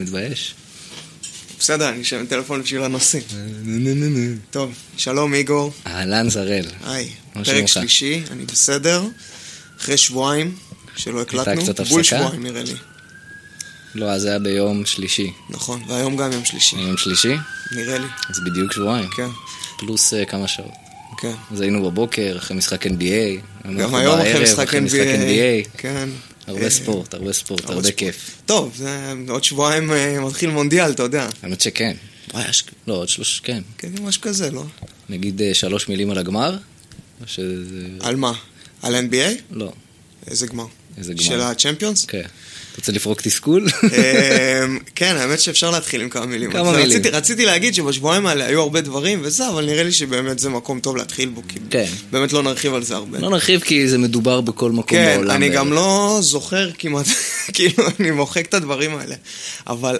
מתבייש. בסדר, אני אשב עם טלפון בשביל הנושאים. טוב, שלום איגור. אהלן זרל. היי, פרק שלישי, אני בסדר. אחרי שבועיים שלא הקלטנו. קצת בול הפסקה? שבועיים נראה לי. לא, אז זה היה ביום שלישי. נכון, והיום גם יום שלישי. יום שלישי? נראה לי. אז בדיוק שבועיים. כן, פלוס כמה שעות. כן. אז היינו בבוקר, אחרי משחק NBA. גם היום אחרי משחק NBA. כן. הרבה ספורט, הרבה כיף. טוב, זה עוד שבועיים מתחיל מונדיאל, אתה יודע. האמת שכן. לא, עוד כן. כן, משהו כזה, לא? נגיד 3 מילים על הגמר? על מה? על NBA? לא. איזה גמר? איזה גמר? של הצ'מפיונס? כן. אתה רוצה לפרוק תסכול? כן, האמת שאפשר להתחיל עם כמה מילים. כמה מילים. רציתי להגיד שבשבועיים האלה היו הרבה דברים וזה, אבל נראה לי שבאמת זה מקום טוב להתחיל בו. כן. באמת לא נרחיב על זה הרבה. לא נרחיב כי זה מדובר בכל מקום בעולם. כן, אני גם לא זוכר כמעט, כאילו אני מוחק את הדברים האלה. אבל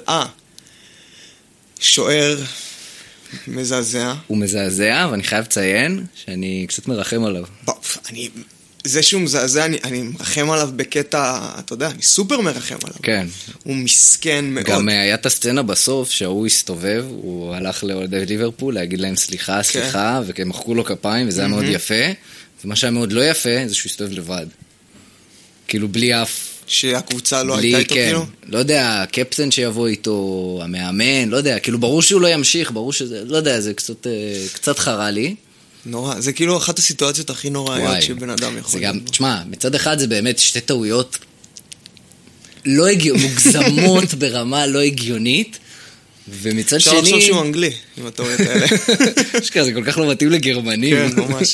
שוער מזעזע. הוא מזעזע, ואני חייב לציין שאני קצת מרחם עליו. זה שהוא מזעזע, אני מרחם עליו בקטע, אתה יודע, אני סופר מרחם עליו. כן. הוא מסכן מאוד. גם היה את הסצנה בסוף שהוא הסתובב, הוא הלך לאוהדי ליברפול להגיד להם סליחה, והם מחקו לו כפיים, וזה היה מאוד יפה. ומה שהיה מאוד לא יפה, זה שהוא הסתובב לבד. כאילו בלי אף... שהקבוצה לא הייתה איתו כאילו? לא יודע, הקפטן שיבוא איתו, המאמן, לא יודע, כאילו ברור שהוא לא ימשיך, ברור שזה, לא יודע, זה קצת חרה לי. נורא, זה כאילו אחת הסיטואציות הכי נוראיות שבן אדם יכול. זה גם, תשמע, מצד אחד זה באמת שתי טעויות לא מוגזמות ברמה לא הגיונית, ומצד שני... אפשר לחשוב שהוא אנגלי, עם הטעויות האלה. שכרה, זה כל כך לא מתאים לגרמנים. כן, ממש.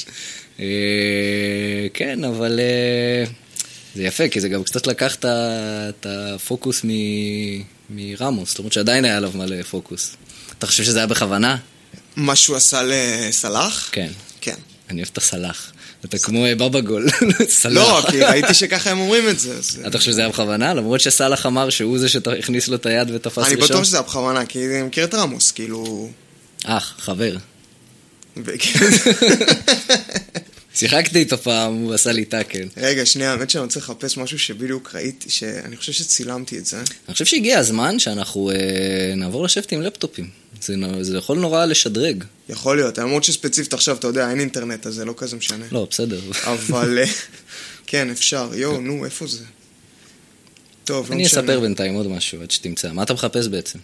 כן, אבל זה יפה, כי זה גם קצת לקח את הפוקוס מרמוס, זאת אומרת שעדיין היה עליו מלא פוקוס. אתה חושב שזה היה בכוונה? מה שהוא עשה לסלאח? כן. כן. אני אוהב את הסלאח. אתה כמו בבא גול. לא, כי ראיתי שככה הם אומרים את זה. אתה חושב שזה היה בכוונה? למרות שסלאח אמר שהוא זה שהכניס לו את היד ותפס ראשון? אני בטוח שזה היה בכוונה, כי אני מכיר את רמוס, כאילו... חבר. שיחקתי איתו פעם, הוא עשה לי טאקל. רגע, שנייה, האמת שאני רוצה לחפש משהו שבדיוק ראיתי, שאני חושב שצילמתי את זה. אני חושב שהגיע הזמן שאנחנו נעבור לשבת עם לפטופים. זה יכול נורא לשדרג. יכול להיות, למרות שספציפית עכשיו, אתה יודע, אין אינטרנט, אז זה לא כזה משנה. לא, בסדר. אבל, כן, אפשר. נו, איפה זה? טוב, לא משנה. אני אספר בינתיים עוד משהו, עד שתמצא. מה אתה מחפש בעצם?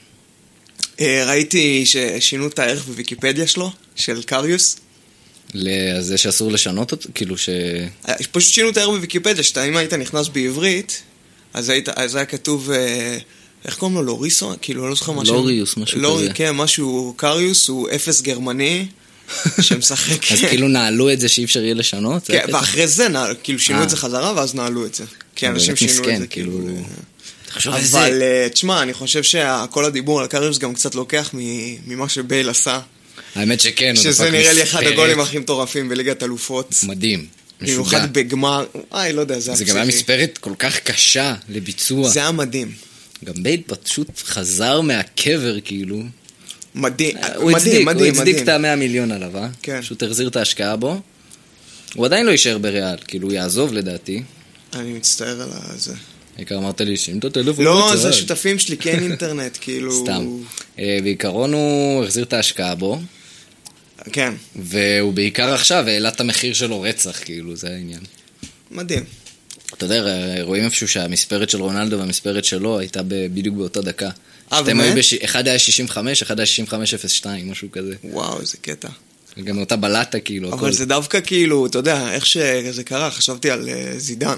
ראיתי ששינו את הערך בוויקיפדיה שלו, של קריוס. לזה שאסור לשנות אותו, כאילו ש... פשוט שינו את הערך בוויקיפדיה, שאתה אם היית נכנס בעברית, אז היה כתוב, איך קוראים לו? לוריסו? כאילו, לא זוכר משהו. לוריוס, משהו כזה. כן, משהו, קריוס הוא אפס גרמני, שמשחק... אז כאילו נעלו את זה שאי אפשר יהיה לשנות? כן, ואחרי זה כאילו שינו את זה חזרה, ואז נעלו את זה. כן, אנשים שינו את זה, כאילו... אבל, תשמע, אני חושב שכל הדיבור על קריוס גם קצת לוקח ממה שבייל עשה. האמת שכן. שזה נראה לי אחד הגולים הכי מטורפים בליגת אלופות. מדהים. במיוחד בגמר. לא יודע, זה גם היה מספרת כל כך קשה לביצוע. זה היה מדהים. גם בייל פשוט חזר מהקבר כאילו. מדהים. הוא הצדיק את ה100 מיליון עליו, כן. פשוט החזיר את ההשקעה בו. הוא עדיין לא יישאר בריאל, כאילו הוא יעזוב לדעתי. אני מצטער על זה. העיקר אמרת לי שים את הטלפון. לא, זה שותפים שלי, כי אין אינטרנט, כאילו... סתם. בעיקרון הוא החזיר את ההשקעה בו. כן. והוא בעיקר עכשיו העלה את המחיר שלו רצח, כאילו, זה העניין. מדהים. אתה יודע, רואים איפשהו שהמספרת של רונלדו והמספרת שלו הייתה בדיוק באותה דקה. אחד היה 65, אחד היה 65.02, משהו כזה. וואו, איזה קטע. גם אותה בלטה, כאילו. אבל זה דווקא כאילו, אתה יודע, איך שזה קרה, חשבתי על זידן.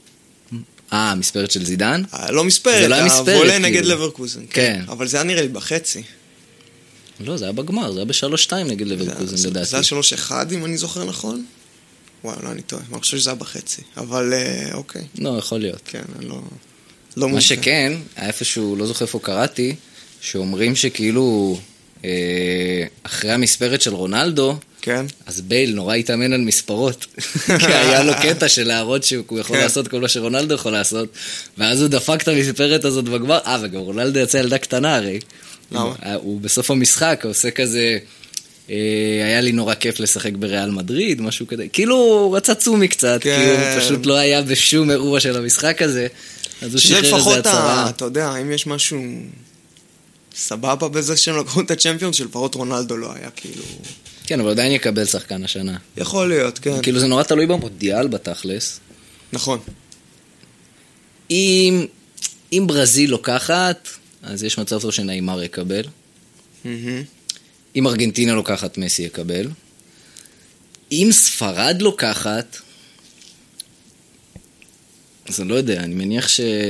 מספרת של זידן? לא מספרת, הוולה נגד לברקוזן. כן. אבל זה היה נראה לי בחצי. לא, זה היה בגמר, זה היה ב3-2 נגד לברקוזן, לדעתי. זה היה 3-1, אם אני זוכר נכון? וואו, לא, אני טועה. אני חושב שזה היה בחצי. אבל, אוקיי. לא, יכול להיות. כן, אני לא... מה שכן, היה איפשהו, לא זוכר איפה קראתי, שאומרים שכאילו, אחרי המספרת של רונלדו, כן. אז בייל נורא התאמן על מספרות. כי היה לו קטע של להראות שהוא יכול לעשות כל מה שרונלדו יכול לעשות, ואז הוא דפק את המספרת הזאת בגמר. וגם רונלדו יצא ילדה קטנה הרי. למה? הוא בסוף המשחק, הוא עושה כזה, היה לי נורא כיף לשחק בריאל מדריד, משהו כזה. כאילו הוא רצה צומי קצת, כי הוא פשוט לא היה בשום אירוע של המשחק הזה. אז הוא שחרר איזה הצהרה. אתה יודע, אם יש משהו סבבה בזה שהם לקחו את הצ'מפיון, שלפחות רונלדו לא היה, כאילו... כן, אבל עדיין יקבל שחקן השנה. יכול להיות, כן. כאילו זה נורא תלוי במונדיאל בתכלס. נכון. אם ברזיל לוקחת, אז יש מצב טוב שנאימר יקבל. אם ארגנטינה לוקחת, מסי יקבל. אם ספרד לוקחת, אז אני לא יודע, אני מניח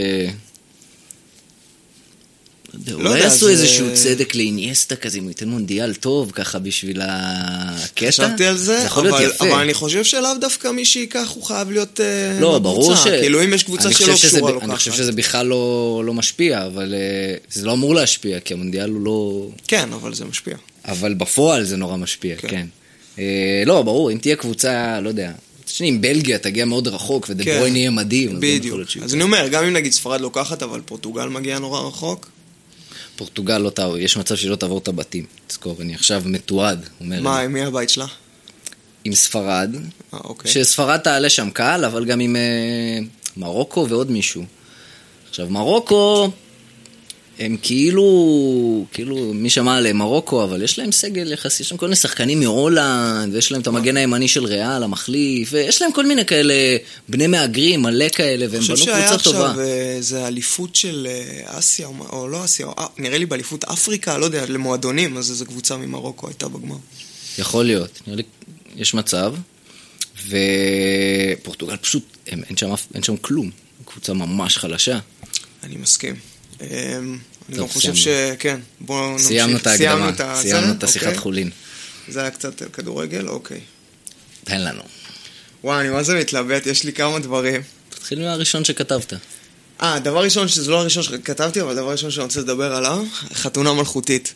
אולי יעשו איזשהו צדק לאינייסטה כזה, אם הוא ייתן מונדיאל טוב ככה בשביל הקטע. חשבתי על זה, אבל אני חושב שלאו דווקא מי שיקח הוא חייב להיות בקבוצה. כאילו אם יש קבוצה שלא קשורה לוקחת. אני חושב שזה בכלל לא משפיע, אבל זה לא אמור להשפיע, כי המונדיאל הוא לא... כן, אבל זה משפיע. אבל בפועל זה נורא משפיע, כן. לא, ברור, אם תהיה קבוצה, לא יודע, אם בלגיה תגיע מאוד רחוק ודברוין יהיה מדהים. בדיוק. אז אני אומר, גם אם נגיד ספרד לוקחת, אבל פורטוגל מגיע נורא רחוק. פורטוגל לא תעבור, יש מצב שלא תעבור את הבתים. תזכור, אני עכשיו מתועד. מה, מי הבית שלה? עם ספרד. אוקיי. שספרד תעלה שם קהל, אבל גם עם מרוקו ועוד מישהו. עכשיו, מרוקו, הם כאילו מי שמע עליהם מרוקו, אבל יש להם סגל יחסי, יש להם כל מיני שחקנים מהולנד, ויש להם את המגן הימני של ריאל, המחליף, ויש להם כל מיני כאלה בני מהגרים, מלא כאלה, והם בנו קבוצה טובה. אני חושב שהיה עכשיו, זה אליפות של אסיה, או לא אסיה, נראה לי באליפות אפריקה, לא יודע, למועדונים, אז איזו קבוצה ממרוקו הייתה בגמר. יכול להיות, נראה לי, יש מצב, ופורטוגל פשוט, אין שם כלום, קבוצה ממש חלשה. אני מסכים. אני גם חושב שכן, בואו נמשיך. סיימנו את ההקדמה, סיימנו את השיחת חולין. זה היה קצת כדורגל, אוקיי. תן לנו. וואי, אני מה זה מתלבט, יש לי כמה דברים. תתחיל מהראשון שכתבת. דבר ראשון, שזה לא הראשון שכתבתי, אבל דבר ראשון שאני רוצה לדבר עליו, חתונה מלכותית.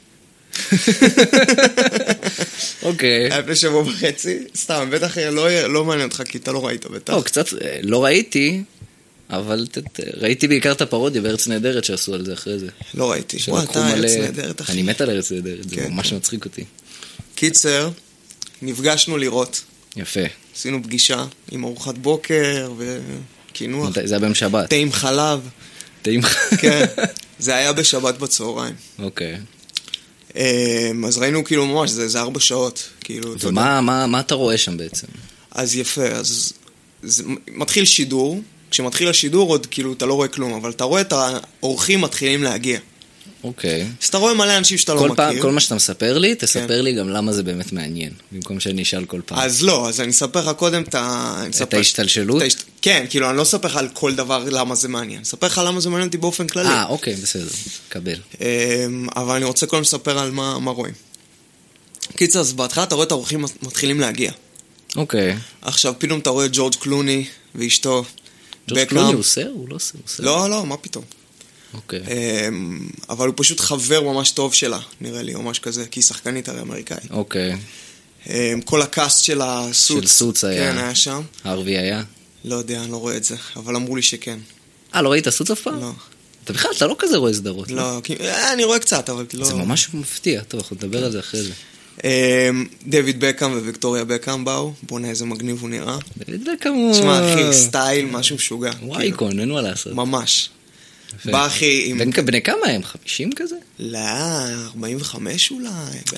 אוקיי. היה לפני שבוע וחצי, סתם, בטח לא מעניין אותך, כי אתה לא ראית בטח. לא, קצת, לא ראיתי, אבל ראיתי בעיקר את הפרודיה בארץ נהדרת שעשו על זה אחרי זה. לא ראיתי. וואי, אתה ארץ נהדרת, אחי. אני מת על ארץ נהדרת, זה ממש מצחיק אותי. קיצר, נפגשנו לראות. יפה. עשינו פגישה עם ארוחת בוקר וכינוח. זה היה ביום שבת. תה עם חלב. תה עם חלב. כן, זה היה בשבת בצהריים. אוקיי. אז ראינו כאילו ממש, זה 4 שעות. ומה אתה רואה שם בעצם? אז יפה, אז מתחיל שידור. כשמתחיל השידור עוד כאילו אתה לא רואה כלום, אבל אתה רואה את האורחים מתחילים להגיע. אוקיי. אז אתה רואה מלא אנשים שאתה לא מכיר. כל מה שאתה מספר לי, תספר לי גם למה זה באמת מעניין, במקום שאני אשאל כל פעם. אז לא, אז אני אספר לך קודם את ההשתלשלות? כן, כאילו אני לא אספר לך על כל דבר למה זה מעניין. אספר לך למה זה מעניין אותי באופן כללי. אוקיי, בסדר, קבל. אבל אני רוצה קודם לספר על מה רואים. קיצר, אז בהתחלה אתה רואה את האורחים מתחילים להגיע. אוקיי. עכשיו פתאום אתה רואה את ג'ורג' קלוני ואשתו. ג'ורג' קלוני הוא סר? הוא לא סר. לא, מה פתאום. אוקיי. אבל הוא פשוט חבר ממש טוב שלה, נראה לי, או משהו כזה, כי היא שחקנית הרי אמריקאית. אוקיי. כל הקאסט של הסוץ. של סוץ היה. כן, היה שם. הרווי היה? לא יודע, אני לא רואה את זה, אבל אמרו לי שכן. לא ראית סוץ אף פעם? לא. אתה לא כזה רואה סדרות. לא, אני רואה קצת, אבל לא. זה ממש מפתיע, טוב, אנחנו נדבר על זה אחרי זה. דויד בקאם וויקטוריה בקאם באו, בוא'נה איזה מגניב הוא נראה. דויד בקאם הוא... תשמע אחי, סטייל, משהו משוגע. וואי, קון, אין מה לעשות. ממש. בא אחי עם... בני כמה הם? 50 כזה? לא, 45 אולי.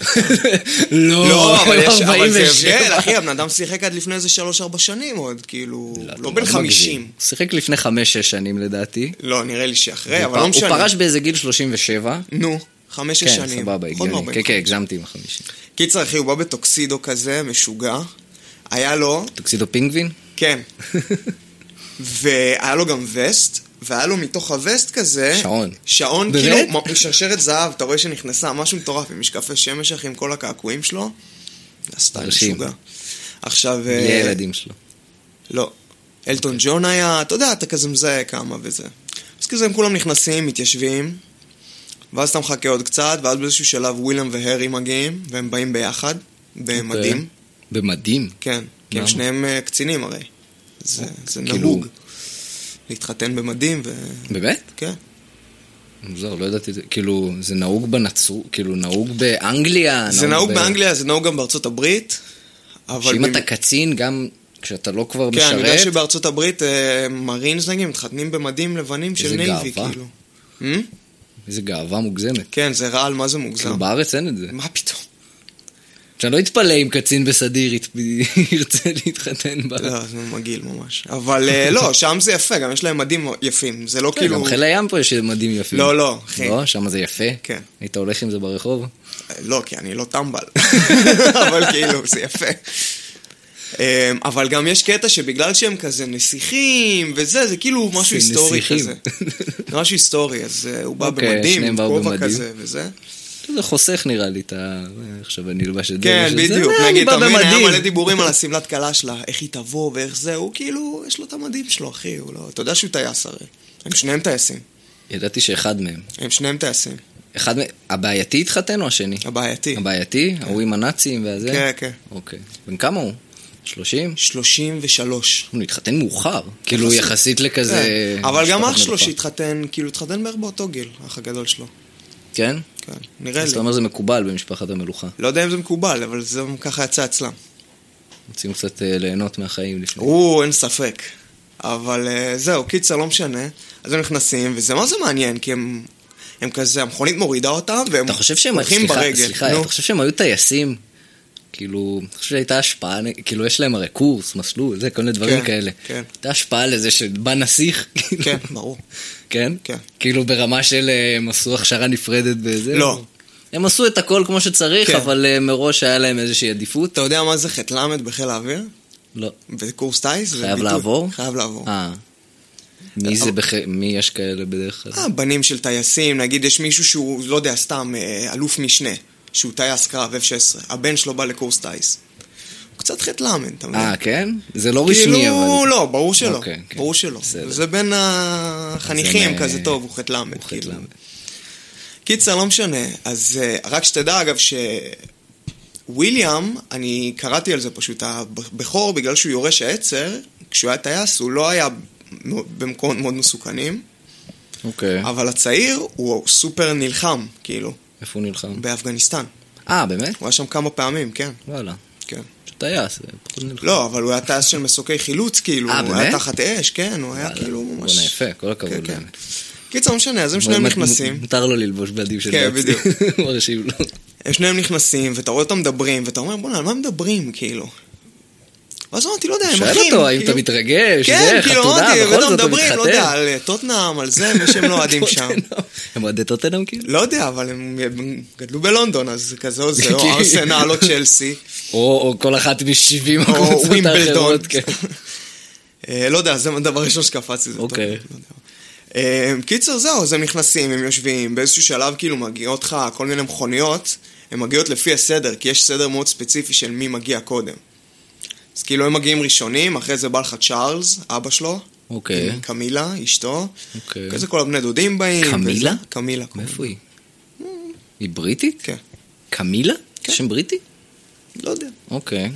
לא, אבל זה הבדל, אחי, הבן אדם שיחק עד לפני איזה 3-4 שנים עוד, כאילו, לא בין 50. הוא שיחק לפני 5-6 שנים לדעתי. לא, נראה לי שאחרי, אבל לא משנה. הוא פרש באיזה גיל 37. נו, 5-6 שנים. כן, סבבה, הגיוני. כן, הגזמתי עם 50. קיצר, אחי, הוא בא בטוקסידו כזה, משוגע. היה לו... טוקסידו פינגווין? כן. והיה לו גם וסט, והיה לו מתוך הווסט כזה... שעון, כאילו, משרשרת זהב, אתה רואה שנכנסה, משהו מטורף, עם משקפי שמש, אחי, עם כל הקעקועים שלו. זה סטייל משוגע. עכשיו... בלי הילדים שלו. לא. אלטון ג'ון היה, אתה יודע, אתה כזה מזהה כמה וזה. אז כזה הם כולם נכנסים, מתיישבים, ואז אתה מחכה עוד קצת, ואז באיזשהו שלב וויליאם והרי מגיעים, והם באים ביחד, במדים. במדים? כן, כי הם שניהם קצינים הרי. זה נהוג. להתחתן במדים ו... באמת? כן. מוזר, לא ידעתי את זה. כאילו, זה נהוג בנצרות, כאילו, נהוג באנגליה. זה נהוג באנגליה, זה נהוג גם בארצות הברית. שאם אתה קצין, גם כשאתה לא כבר משרת... כן, אני יודע שבארצות הברית מרינס נגיד, מתחתנים במדים לבנים של נייבי, כאילו. איזה גאווה מוגזמת. כן, זה רעל, מה זה מוגזם? כאילו בארץ אין את זה. מה פתאום? שאני לא אתפלא אם קצין בסדיר ירצה להתחתן בה. לא, זה מגעיל ממש. אבל לא, שם זה יפה, גם יש להם מדים יפים. זה לא כאילו... גם חיל הים פה יש מדים יפים. לא, אחי. לא, שם זה יפה? כן. היית הולך עם זה ברחוב? לא, כי אני לא טמבל. אבל כאילו, זה יפה. אבל גם יש קטע שבגלל שהם כזה נסיכים וזה, זה כאילו משהו היסטורי כזה. משהו היסטורי, אז הוא בא במדים, עם כובע כזה וזה. זה חוסך נראה לי, עכשיו אני אלבש את זה. כן, בדיוק. נגיד, תמיד היה מלא דיבורים על הסמלת קלה שלה, איך היא תבוא ואיך זה, הוא כאילו, יש לו את המדים שלו, אחי, הוא לא... אתה יודע שהוא טייס הרי. הם שניהם טייסים. ידעתי שאחד מהם. הם שניהם טייסים. הבעייתי התחתן או השני? הבעייתי. הבעייתי? הוא עם הנאצים והזה? כן, כן. אוקיי. בן כמה הוא? 30? 33. הוא התחתן מאוחר. כאילו יחסית לכזה... אבל גם אח שלו שהתחתן, כאילו התחתן בערך באותו גיל, האח הגדול שלו. כן? כן, נראה לי. זאת אומרת זה מקובל במשפחת המלוכה. לא יודע אם זה מקובל, אבל זה ככה יצא אצלם. רוצים קצת ליהנות מהחיים לפני. אין ספק. אבל זהו, קיצר, לא משנה. אז הם נכנסים, וזה מה זה מעניין, כי הם כזה, המכונית מורידה אותם, והם הולכים ברגל. סליחה, אתה חושב שהם היו טייסים? כאילו, אני חושב שהייתה השפעה, כאילו יש להם הרי קורס, מסלול, זה, כל מיני דברים כאלה. כן. הייתה השפעה לזה שבא נסיך. כן, ברור. כן? כן. כאילו ברמה של הם עשו הכשרה נפרדת בזה? לא. הם עשו את הכל כמו שצריך, אבל מראש היה להם איזושהי עדיפות. אתה יודע מה זה חטלמת בחיל האוויר? לא. בקורס טייס? חייב לעבור? חייב לעבור. מי יש כאלה בדרך כלל? בנים של טייסים, נגיד יש מישהו שהוא, לא יודע, סתם, אלוף משנה, שהוא טייס קרב F-16, הבן שלו בא לקורס טייס. הוא קצת חטלמת, אתה מבין? כן? זה לא רשמי, אבל... כאילו, לא, ברור שלא. ברור שלא. זה בין החניכים כזה טוב, הוא חטלמת. קיצר, לא משנה. אז רק שתדע, אגב, וויליאם, אני קראתי על זה פשוט, הבכור, בגלל שהוא יורש העצר, כשהוא היה טייס, הוא לא היה במקומות מאוד מסוכנים. אוקיי. אבל הצעיר הוא סופר נלחם, כאילו. איפה הוא נלחם? באפגניסטן. באמת? הוא היה שם כמה פעמים, כן. וואלה. כן. טייס, פחות נלחם. לא, אבל הוא היה טייס של מסוקי חילוץ, כאילו. באמת? הוא היה תחת אש, כן, הוא היה כאילו ממש... בונה יפה, כל הכבוד. כן. קיצר, משנה, אז הם שניהם נכנסים. מותר לו ללבוש בדים של כן, בדיוק. מרשים לו. הם שניהם נכנסים, ואתה רואה אותם מדברים, ואתה אומר, בוא, על מה מדברים, כאילו? ואז אמרתי, לא יודע, הם אחים. שאל אותו, האם אתה מתרגש? כן, כאילו, אמרתי, בכל ואתם זאת הוא מדברים, לא יודע, על טוטנאם, על זה, מי שהם לא אוהדים שם. הם אוהדי טוטנאם כאילו? לא יודע, אבל הם גדלו בלונדון, אז כזה או זה, או ארסנל או צ'לסי. או כל אחת מ-70 או ווימבלדון. לא יודע, זה הדבר ראשון שקפצתי. אוקיי. קיצר זהו, אז הם נכנסים, הם יושבים, באיזשהו שלב כאילו מגיעות לך כל מיני מכוניות, הם מגיעות לפי הסדר, כי יש סדר מאוד ספציפי של מי מגיע קודם. אז כאילו הם מגיעים ראשונים, אחרי זה בא לך צ'ארלס, אבא שלו, עם קמילה, אשתו, כזה כל הבני דודים באים. קמילה? קמילה. מאיפה היא? היא בריטית? כן. קמילה? שם בריטי? לא יודע. אוקיי.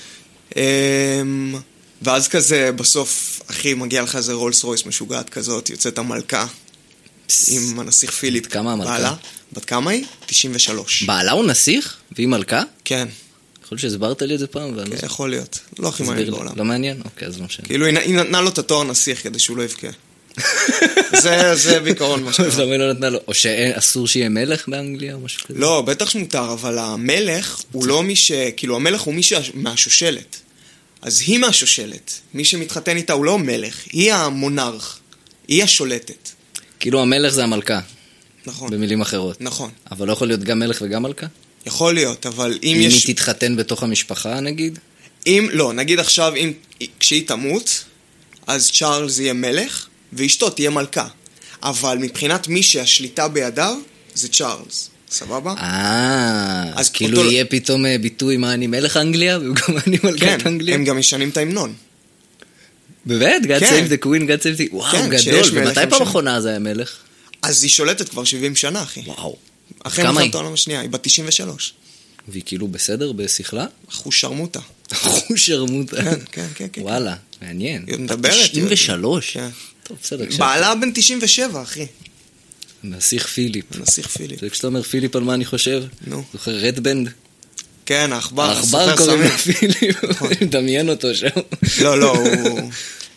ואז כזה בסוף, אחי, מגיע לך איזה רולס רויס משוגעת כזאת, יוצאת המלכה עם הנסיך פיליפ. כמה המלכה? בת כמה היא? 93. בעלה הוא נסיך? והיא מלכה? כן. יכול שהסברת לי את זה פעם? כן, יכול להיות. לא הכי מעניין בעולם. לא מעניין? אוקיי, אז לא משנה. כאילו, היא נתנה לו את התואר נסיך כדי שהוא לא יבכה. זה בעיקרון מה שקרה. אז למה היא לא נתנה לו? או שאסור שיהיה מלך באנגליה או משהו כזה? לא, בטח שמותר, אבל המלך הוא לא מי ש... כאילו, המלך הוא מי מהשושלת. אז היא מהשושלת. מי שמתחתן איתה הוא לא מלך, היא המונרך. היא השולטת. כאילו המלך זה המלכה. נכון. במילים אחרות. נכון. אבל לא יכול להיות גם מלך וגם מלכה? יכול להיות, אבל אם יש... אם היא תתחתן בתוך המשפחה, נגיד? לא, נגיד עכשיו, כשהיא תמות, אז צ'ארלס יהיה מלך, ואשתו תהיה מלכה. אבל מבחינת מי שהשליטה בידיו, זה צ'ארלס. סבבה? אז כאילו יהיה פתאום ביטוי מה אני מלך אנגליה, וגם אני מלכת אנגליה? כן, הם גם משנים את ההמנון. באמת? God save the queen, God save the... וואו, גדול. ומתי פעם אחרונה זה היה מלך? אז היא שולטת כבר 70 שנה, אחי. וואו. אחרי מלחמת העולם השנייה, היא בת 93. והיא כאילו בסדר בשכלה? אחוז שרמוטה. אחוז שרמוטה. כן. וואלה, מעניין. היא מדברת. 93? טוב, בסדר. בעלה בן 97, אחי. נסיך פיליפ. נסיך פיליפ. זה כשאתה אומר פיליפ על מה אני חושב? נו. זוכר רדבנד? כן, העכבר. העכבר קוראים לו פיליפ. אני מדמיין אותו שם. לא,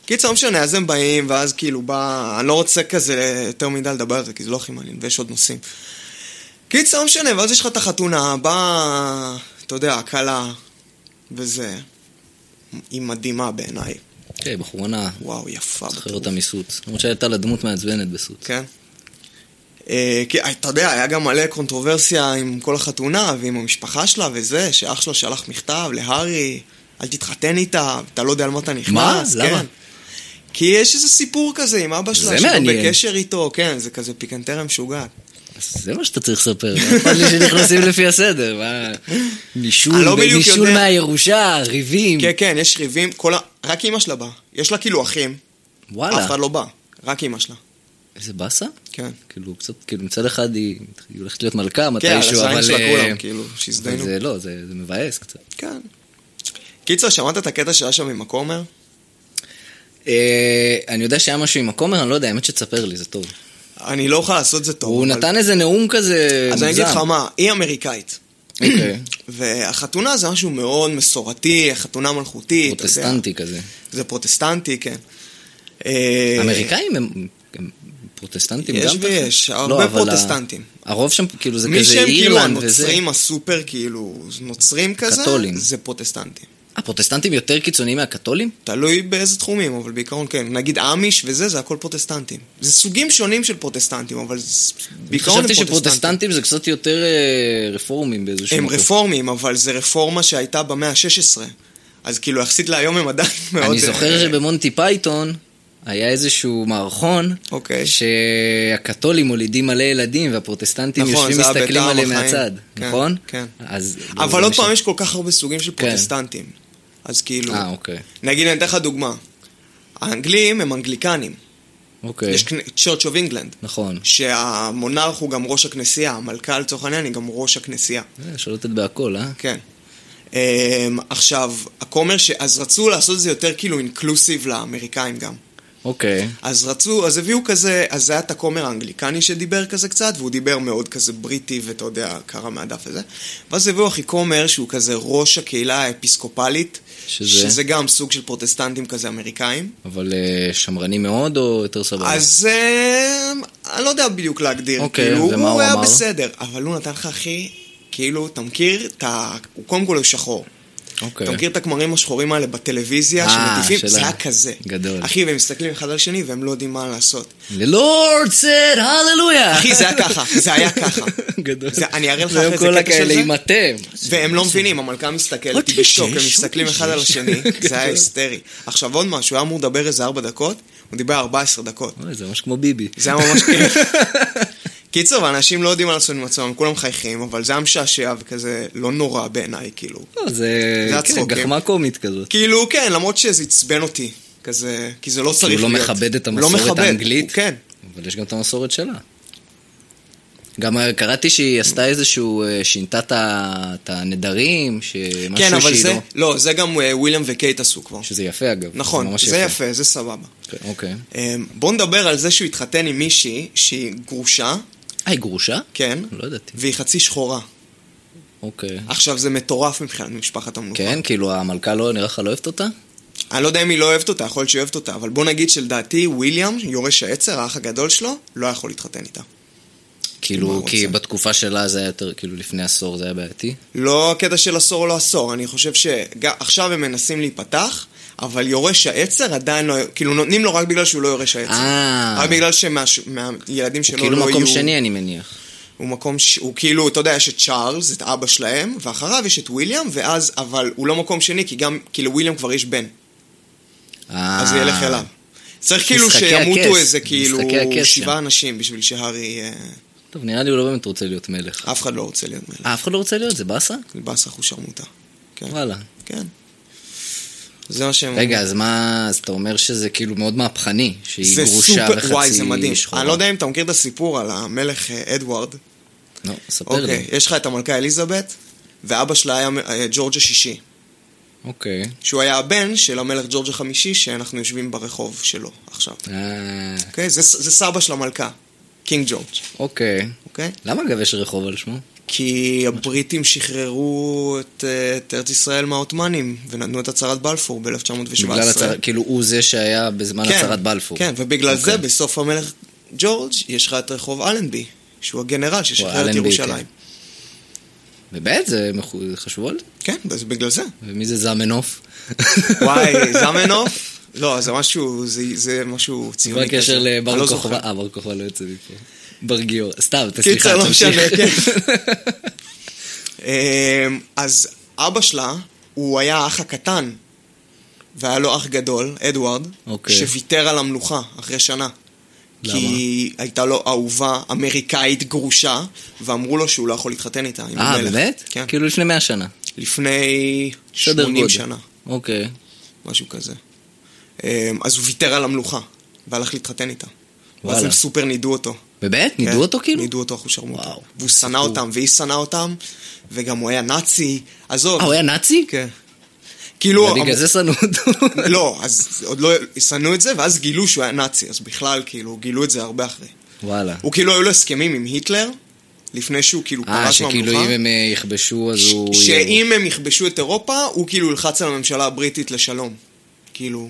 קיצור, לא משנה, אז הם באים, ואז כאילו בא, אני לא רוצה כזה יותר מדי לדבר על זה, כי זה לא הכי מעניין, ויש עוד נושאים. קיצור, לא משנה, ואז יש לך את החתונה, בא, אתה יודע, הקלה, וזה, היא מדהימה בעיניי. כן, בחורונה. וואו, יפה. זוכר אותה מסוץ. למרות שהייתה לה דמות מעצבנת בסוץ. כן. כי אתה יודע, היה גם מלא קונטרוברסיה עם כל החתונה, ועם המשפחה שלה וזה, שאח שלה שלח מכתב להרי, אל תתחתן איתה, אתה לא יודע על מה אתה נכנס. מה? למה? כי יש איזה סיפור כזה עם אבא שלה, שהוא בקשר איתו, כן, זה כזה פיקנטריה משוגעת. זה מה שאתה צריך לספר, אף לי שנכנסים לפי הסדר, נישול מהירושה, ריבים. כן, כן, יש ריבים, רק אמא שלה באה, יש לה כאילו אחים, אף אחד לא בא, רק אמא שלה. איזה בסה? כן. כאילו, קצת, כאילו, מצד אחד היא הולכת להיות מלכה, מתישהו, אבל... כן, על השיים שלה כולם, כאילו, שיזדיינו. זה לא, זה מבאס קצת. כן. קיצר, שמעת את הקטע שהיה שם עם הכומר? אני יודע שהיה משהו עם הכומר, אני לא יודע, האמת שתספר לי, זה טוב. אני לא אוכל לעשות זה טוב. הוא נתן איזה נאום כזה אז אני אגיד לך מה, היא אמריקאית. אוקיי. והחתונה זה משהו מאוד מסורתי, חתונה מלכותית. פרוטסטנטי כזה. זה פרוטסטנטי, כן. אמריקאים הם פרוטסטנטים גם? יש ויש, הרבה פרוטסטנטים. הרוב שם כאילו זה כזה אירלנד וזה. מי שהם כאילו הנוצרים הסופר כאילו נוצרים כזה, קתולים. זה פרוטסטנטים. הפרוטסטנטים יותר קיצוניים מהקתולים? תלוי באיזה תחומים, אבל בעיקרון כן. נגיד אמיש וזה, זה הכל פרוטסטנטים. זה סוגים שונים של פרוטסטנטים, אבל בעיקרון הם פרוטסטנטים. חשבתי שפרוטסטנטים זה קצת יותר רפורמים באיזשהו מקום. הם רפורמים, אבל זה רפורמה שהייתה במאה ה-16. אז כאילו, יחסית להיום הם עדיין מאוד... אני זוכר שבמונטי פייתון היה איזשהו מערכון, שהקתולים מולידים מלא ילדים, והפרוטסטנטים יושבים מסתכלים עליהם מהצד, נכון? כן. אבל עוד פעם יש כל כך הרבה סוגים של פרוטסטנטים. אז כאילו... אוקיי. נגיד, אני אתן לך דוגמה. האנגלים הם אנגליקנים. אוקיי. יש Church of England. נכון. שהמונרך הוא גם ראש הכנסייה. המלכה לצורך העניין היא גם ראש הכנסייה. שולטת בהכל, כן. עכשיו, הכומר אז רצו לעשות את זה יותר כאילו אינקלוסיב לאמריקאים גם. אוקיי. אז הביאו כזה, אז זה היה את הכומר האנגליקני שדיבר כזה קצת, והוא דיבר מאוד כזה בריטי, ואתה יודע, קרא מהדף הזה. ואז הביאו אחי כומר שהוא כזה ראש הקהילה האפיסקופלית, שזה גם סוג של פרוטסטנטים כזה אמריקאים. אבל שמרני מאוד או יותר סבבה? אז אני לא יודע בדיוק להגדיר. אוקיי, כאילו, ומה הוא היה אמר? בסדר, אבל הוא נתן לך אחי, כאילו, אתה מכיר, הוא קודם כל הוא שחור. אתה מכיר את הכמרים השחורים האלה בטלוויזיה שמטיפים? זה היה כזה. גדול. אחי, והם מסתכלים אחד על שני והם לא יודעים מה לעשות. The Lord said hallelujah. אחי, זה היה ככה, זה היה ככה. גדול. אני אראה לך אחרי זה קטע של זה. עם אתם. והם לא מבינים, המלכה מסתכלת, היא בשוק, הם מסתכלים אחד על השני. זה היה היסטרי. עכשיו עוד משהו, הוא היה אמור לדבר איזה 4 דקות, הוא דיבר 14 דקות. זה ממש כמו ביבי. זה היה ממש כיף. קיצור, ואנשים לא יודעים מה לעשות עם עצמם, כולם חייכים, אבל זה היה משעשע וכזה לא נורא בעיניי, כאילו. זה גחמה קומית כזאת. כאילו, כן, למרות שזה עצבן אותי, כזה, כי זה לא צריך להיות. הוא לא מכבד את המסורת האנגלית. כן. אבל יש גם את המסורת שלה. גם קראתי שהיא עשתה איזשהו, שינתה את הנדרים, כן, אבל זה, לא, זה גם וויליאם וקייט עשו כבר. שזה יפה אגב. נכון, זה יפה, זה סבבה. אוקיי. בוא נדבר על זה שהוא התחתן עם מישהי שהיא גרושה. היא גרושה? כן. לא ידעתי. והיא חצי שחורה. אוקיי. עכשיו זה מטורף מבחינת משפחת המלוכה. כן, כאילו המלכה לא נראה לך לא אוהבת אותה? אני לא יודע אם היא לא אוהבת אותה, יכול להיות שהיא אוהבת אותה, אבל בוא נגיד שלדעתי וויליאם, יורש העצר, האח הגדול שלו, לא יכול להתחתן איתה. כאילו, כי בתקופה שלה זה היה יותר, כאילו לפני עשור זה היה בעייתי? לא הקטע של עשור או לא עשור, אני חושב שעכשיו הם מנסים להיפתח, אבל יורש העצר עדיין לא, כאילו נותנים לו רק בגלל שהוא לא יורש העצר. רק בגלל שמהילדים שלו לא יהיו... כאילו מקום שני אני מניח. הוא כאילו, אתה יודע, יש את צ'ארלס, את אבא שלהם, ואחריו יש את וויליאם, ואז, אבל הוא לא מקום שני, כי גם, כאילו וויליאם כבר יש בן. אז זה ילך אליו. צריך כאילו שימותו איזה, כאילו, 7 אנשים בשביל שהארי... טוב, נראה לי הוא לא באמת רוצה להיות מלך. אף אחד לא רוצה להיות מלך. אף אחד לא רוצה להיות? זה בסה? זה בסה חושרמוטה. וואלה. כן. זה מה שהם... רגע, אז מה, אז אתה אומר שזה כאילו מאוד מהפכני, שהיא גרושה וחצי שחורה. זה מדהים. אני לא יודע אם אתה מכיר את הסיפור על המלך אדוארד. לא, ספר לי. אוקיי, יש לך את המלכה אליזבת, ואבא שלה היה ג'ורג' השישי. אוקיי. שהוא היה הבן של המלך ג'ורג' החמישי, שאנחנו יושבים ברחוב שלו עכשיו. אוקיי, זה סבא של המלכה. קינג ג'ורג'. אוקיי. אוקיי? למה אגב יש רחוב על שמו? כי הבריטים שחררו את ארץ ישראל מהעות'מאנים, ונתנו את הצהרת בלפור ב-1917. בגלל כאילו הוא זה שהיה בזמן הצהרת בלפור. כן, ובגלל זה בסוף המלך ג'ורג' יש לך את רחוב אלנבי, שהוא הגנרל ששחרר את ירושלים. באמת? זה חשוב על זה? כן, בגלל זה. ומי זה זמנוף? וואי, זמנוף? לא, זה משהו ציוני כזה. בקשר לבר כוכבא, בר כוכבא לא יוצא לי פה. בר גיור, סתם, תסליחה. קיצר, לא משנה, כן. אז אבא שלה, הוא היה האח הקטן, והיה לו אח גדול, אדוארד, שוויתר על המלוכה אחרי שנה. למה? כי הייתה לו אהובה אמריקאית גרושה, ואמרו לו שהוא לא יכול להתחתן איתה. באמת? כן. כאילו לפני 100 שנה. לפני 80 שנה. אוקיי. משהו כזה. אז הוא ויתר על המלוכה, והלך להתחתן איתה. ואז הם סופר נידו אותו. באמת? נידו אותו כאילו? נידו אותו אחו שרמוטה. והוא שנא אותם, והיא שנא אותם, וגם הוא היה נאצי. עזוב. הוא היה נאצי? כן. כאילו... ובגלל זה שנאו אותו. לא, אז עוד לא שנאו את זה, ואז גילו שהוא היה נאצי. אז בכלל, כאילו, גילו את זה הרבה אחרי. וואלה. הוא כאילו, היו לו הסכמים עם היטלר, לפני שהוא כאילו פרש מהמלוכה. שכאילו אם הם יכבשו, אז הוא... שאם הם יכבשו את אירופה, הוא כאילו ילחץ על הממשלה הבריטית לשלום. כאילו...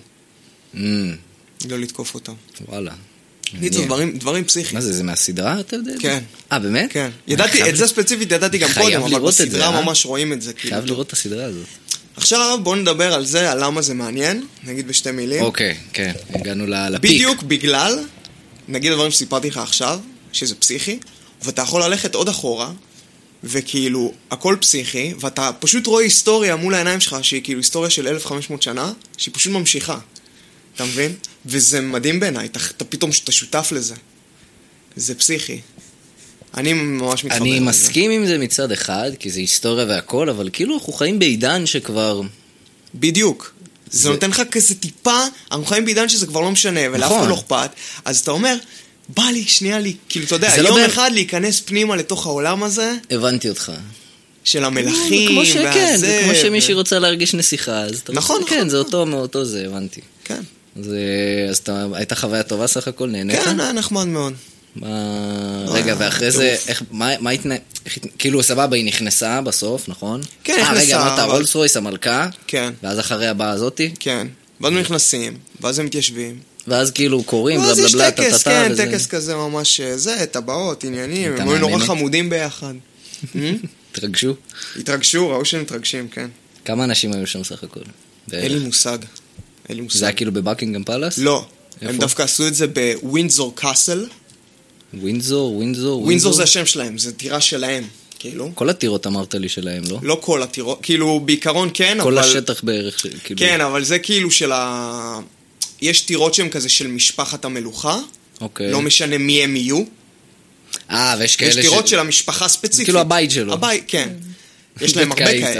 לא לתקוף אותם. וואלה. ניצור, דברים פסיכיים. מה זה, זה מהסדרה אתה יודע? כן. באמת? כן. ידעתי, את זה ספציפית ידעתי גם קודם, אבל בסדרה ממש רואים את זה. חייב לראות את הסדרה הזאת. עכשיו בואו נדבר על זה, על למה זה מעניין, נגיד בשתי מילים. אוקיי, כן, הגענו לפיק. בדיוק בגלל, נגיד הדברים שסיפרתי לך עכשיו, שזה פסיכי, ואתה יכול ללכת עוד אחורה, וכאילו, הכל פסיכי, ואתה פשוט רואה היסטוריה מול העיניים שלך, שהיא כאילו היסטוריה של 1500 שנה, שהיא פשוט ממשיכה. אתה מבין? וזה מדהים בעיניי, אתה פתאום שאתה שותף לזה. זה פסיכי. אני ממש מתחבר לזה. אני מסכים עם זה מצד אחד, כי זה היסטוריה והכל, אבל כאילו אנחנו חיים בעידן שכבר... בדיוק. זה נותן לך כזה טיפה, אנחנו חיים בעידן שזה כבר לא משנה, ולאף אחד לא אכפת, אז אתה אומר, בא לי, שנייה לי, כאילו אתה יודע, יום אחד להיכנס פנימה לתוך העולם הזה. הבנתי אותך. של המלכים, והזה. זה כמו שמישהי רוצה להרגיש נסיכה, אז אתה נכון, נכון. כן, זה אותו מאותו זה, הבנתי. כן. אז הייתה חוויה טובה סך הכל, נהנית? כן, היה נחמד מאוד. רגע, ואחרי זה, מה התנהל? כאילו סבבה, היא נכנסה בסוף, נכון? כן, נכנסה. רגע, אמרת רולס רויס, המלכה? כן. ואז אחרי הבאה הזאתי? כן. ואז הם נכנסים, ואז הם מתיישבים. ואז כאילו קוראים, בלה בלה בלה, טטטה. כן, טקס כזה ממש, זה, טבעות, עניינים, הם היו נורא חמודים ביחד. התרגשו? התרגשו, ראו שהם מתרגשים, כן. כמה אנשים היו שם סך הכל? אין לי מושג. זה היה כאילו בבקינגהאם פלאס? לא. הם דווקא עשו את זה בווינדזור קאסל. ווינדזור זה השם שלהם, זה טירה שלהם, כאילו. כל הטירות אמרת לי שלהם, לא? לא כל הטירות, כאילו בעיקרון כן, כל השטח בערך, כאילו. כן, אבל זה כאילו יש טירות שהם כזה של משפחת המלוכה. אוקיי. לא משנה מי הם יהיו. ויש כאלה יש טירות של המשפחה ספציפית. זה כאילו הבית שלו. הבית, כן. יש להם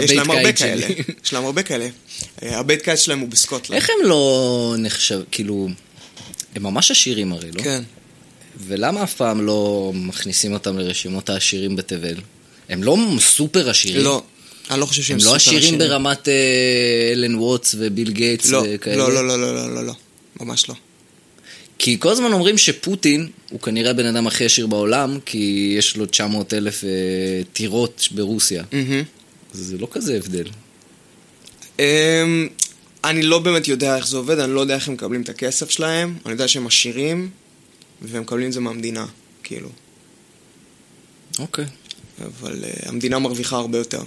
הרבה כאלה. הבית קיץ שלהם הוא בסקוטלנד. איך הם לא נחשב, כאילו, הם ממש עשירים הרי, לא? כן. ולמה אף פעם לא מכניסים אותם לרשימות העשירים בתבל? הם לא סופר עשירים? לא, אני לא חושב שהם סופר עשירים. הם לא עשירים ברמת אלן ווטס וביל גייטס וכאלה? לא, ממש לא. כי כל הזמן אומרים שפוטין הוא כנראה בן אדם הכי עשיר בעולם, כי יש לו 900,000 טירות ברוסיה. זה לא כזה הבדל. אני לא באמת יודע איך זה עובד, אני לא יודע איך הם מקבלים את הכסף שלהם, אני יודע שהם עשירים, והם מקבלים את זה מהמדינה, כאילו. אוקיי. אבל המדינה מרוויחה הרבה יותר.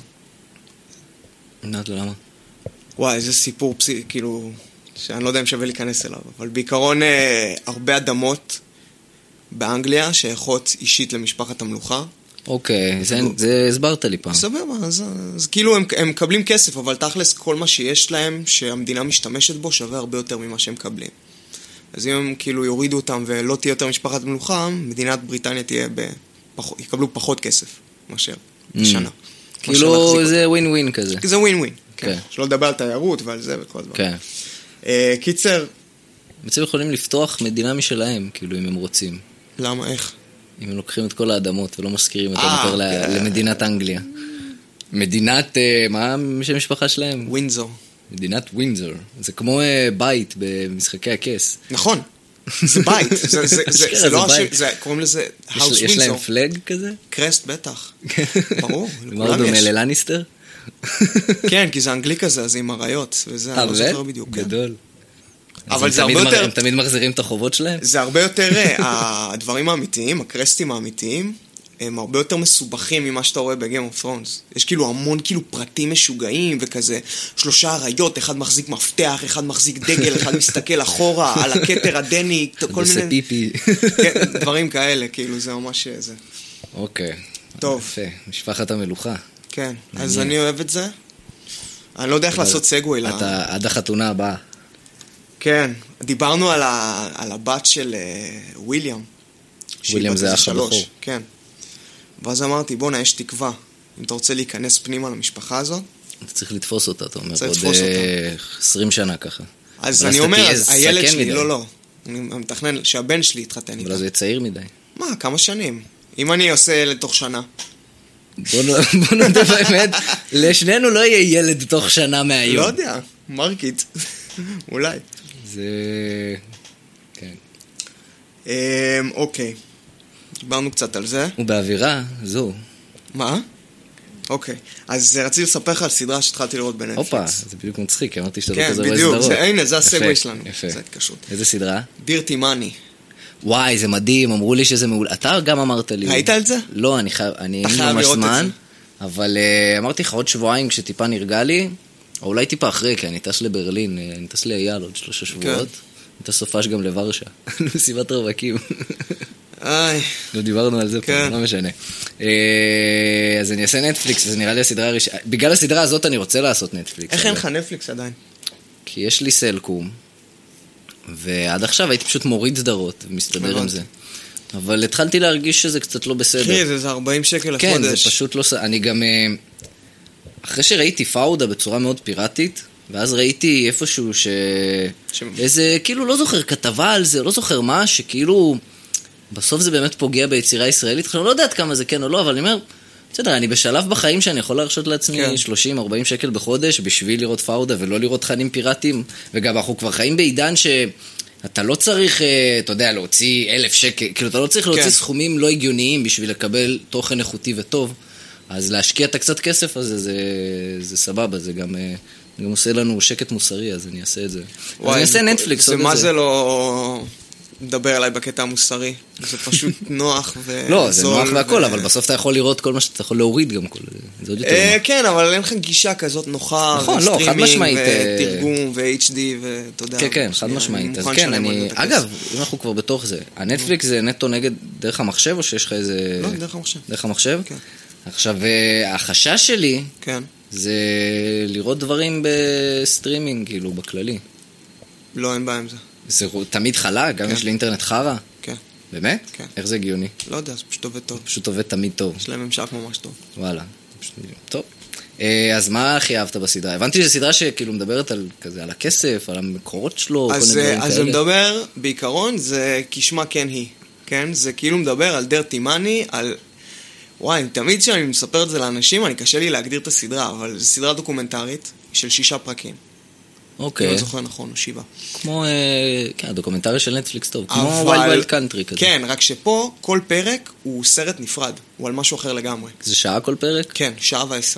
למה? וואי, זה סיפור כאילו, שאני לא יודע אם שווה להיכנס אליו, אבל בעיקרון הרבה אדמות באנגליה שייכות אישית למשפחת המלוכה. אוקיי, זה הסברת לי פעם. סבבה, אז כאילו הם מקבלים כסף, אבל תכלס כל מה שיש להם שהמדינה משתמשת בו שווה הרבה יותר ממה שהם מקבלים. אז אם הם כאילו יורידו אותם ולא תהיה יותר משפחת המלוכה, מדינת בריטניה יקבלו פחות כסף מאשר בשנה. כאילו זה ווין ווין כזה. זה ווין ווין, כן. שלא לדבר על תיירות ועל זה וכל דבר. כן. קיצר. בעצם יכולים לפתוח מדינה משלהם, כאילו אם הם רוצים. למה, איך? אם הם לוקחים את כל האדמות ולא מזכירים אותם יותר למדינת אנגליה. מדינת, מה שם המשפחה שלהם? ווינזור. מדינת ווינזור. זה כמו בית במשחקי הכס. נכון. זה בית, זה לא השם, קוראים לזה House Windsor. יש להם פלג כזה? קרסט בטח, ברור. מה הוא דומה ללניסטר? כן, כי זה אנגלי כזה, אז עם אריות, וזה, אני לא זוכר בדיוק. גדול. אבל זה הרבה יותר... הם תמיד מחזירים את החובות שלהם? זה הרבה יותר, הדברים האמיתיים, הקרסטים האמיתיים, הם הרבה יותר מסובכים ממה שאתה רואה בגיים אוף ת'רונס. יש כאילו המון כאילו פרטים משוגעים וכזה, 3 אריות, אחד מחזיק מפתח, אחד מחזיק דגל, אחד מסתכל אחורה על הכתר הדני, כל מיני... עושה פיפי. כן, דברים כאלה, כאילו זה ממש זה. אוקיי. טוב. יפה, משפחת המלוכה. כן, אז אני אוהב את זה. אני לא יודע איך לעשות סגווי. אתה עד החתונה הבאה. כן, דיברנו על הבת של וויליאם. וויליאם זה אח הבחור. כן. ואז אמרתי, בונה, יש תקווה. אם אתה רוצה להיכנס פנימה למשפחה הזאת, אתה צריך לתפוס אותה, אתה אומר. צריך לתפוס אותה. 20 שנה ככה. אז אני אומר, הילד שלי, לא. אני מתכנן שהבן שלי יתחתן איתה. אבל זה צעיר מדי. מה, כמה שנים? אם אני עושה ילד תוך שנה. בוא נודה באמת, לשנינו לא יהיה ילד תוך שנה מהיום. לא יודע, מרקית. אולי. זה... כן. אוקיי. דיברנו קצת על זה. ובאווירה, זו. מה? אוקיי. אז רציתי לספר לך על סדרה שהתחלתי לראות בנטפליקס. הופה, זה בדיוק מצחיק, אמרתי שאתה כן, לא כזה בדיוק, רואה סדרות. הנה, זה הסגווי שלנו. יפה. זה התקשרות. איזה סדרה? דירטי מאני. וואי, זה מדהים, אמרו לי שזה מעול. אתה גם אמרת לי. ראית על זה? לא, אני ממש זמן, אבל אמרתי לך עוד שבועיים כשטיפה נרגע לי, או אולי טיפה אחרי, כי אני טס לברלין, אני טס לאייל עוד 3 שבועות. אני טס סופש גם לוורשה, מסיבת רווקים. לא דיברנו על זה פה, לא משנה. אז אני אעשה נטפליקס, זה נראה לי הסדרה הראשונה. בגלל הסדרה הזאת אני רוצה לעשות נטפליקס. איך אין לך נטפליקס עדיין? כי יש לי סלקום, ועד עכשיו הייתי פשוט מוריד סדרות ומסתדר עם זה. אבל התחלתי להרגיש שזה קצת לא בסדר. אחי, זה 40 שקל לחודש. כן, זה פשוט לא... אני גם... אחרי שראיתי פאודה בצורה מאוד פיראטית, ואז ראיתי איפשהו איזה, כאילו, לא זוכר כתבה על זה, לא זוכר מה, שכאילו... בסוף זה באמת פוגע ביצירה ישראלית. אני לא יודעת כמה זה כן או לא, אבל אני אומר... בסדר, אני בשלב בחיים שאני יכול להרשות לעצמי 30-40 שקל בחודש בשביל לראות פאודה ולא לראות תכנים פיראטיים, וגם אנחנו כבר חיים בעידן שאתה לא צריך, אתה יודע, להוציא 1,000 שקל, כאילו אתה לא צריך להוציא סכומים לא הגיוניים בשביל לקבל תוכן איכותי וטוב, אז להשקיע את הקצת כסף הזה, זה סבבה, זה גם עושה לנו שקט מוסרי, אז אני אעשה את זה. אז אני אעשה נטפליקס. זה מה זה לא... מדבר עליי בקטע המוסרי. זה פשוט נוח וזול. לא, זה נוח והכל, אבל בסוף אתה יכול לראות כל מה שאתה יכול להוריד גם כל זה. זה עוד יותר נוח. כן, אבל אין לך גישה כזאת נוחה, נכון, לא, חד משמעית. ותרגום ו-HD ואתה יודע. כן, כן, חד משמעית. אז כן, אגב, אם אנחנו כבר בתוך זה, הנטפליקס זה נטו נגד דרך המחשב, או שיש לך איזה... לא, דרך המחשב. דרך המחשב? כן. עכשיו, החשש שלי, זה לראות דברים בסטרימינג, כאילו, בכללי. לא, אין בעיה עם זה. זה תמיד חלה? גם יש לי אינטרנט חרה? כן. באמת? כן. איך זה הגיוני? לא יודע, זה פשוט עובד טוב. פשוט עובד תמיד טוב. יש להם ממשק ממש טוב. וואלה. טוב. אז מה הכי אהבת בסדרה? הבנתי שזו סדרה שכאילו מדברת על כזה, על הכסף, על המקורות שלו, אז זה מדבר, בעיקרון, זה כשמה כן היא. כן? זה כאילו מדבר על דירטי מאני, על... וואי, תמיד כשאני מספר את זה לאנשים, אני קשה לי להגדיר את הסדרה, אבל זו סדרה דוקומנטרית של 6 פרקים. אוקיי. אני לא זוכר נכון, 7. כמו, כן, דוקומנטרי של נטפליקס טוב. כמו ווילד קאנטרי כזה. כן, רק שפה כל פרק הוא סרט נפרד. הוא על משהו אחר לגמרי. זה שעה כל פרק? כן, 1:10.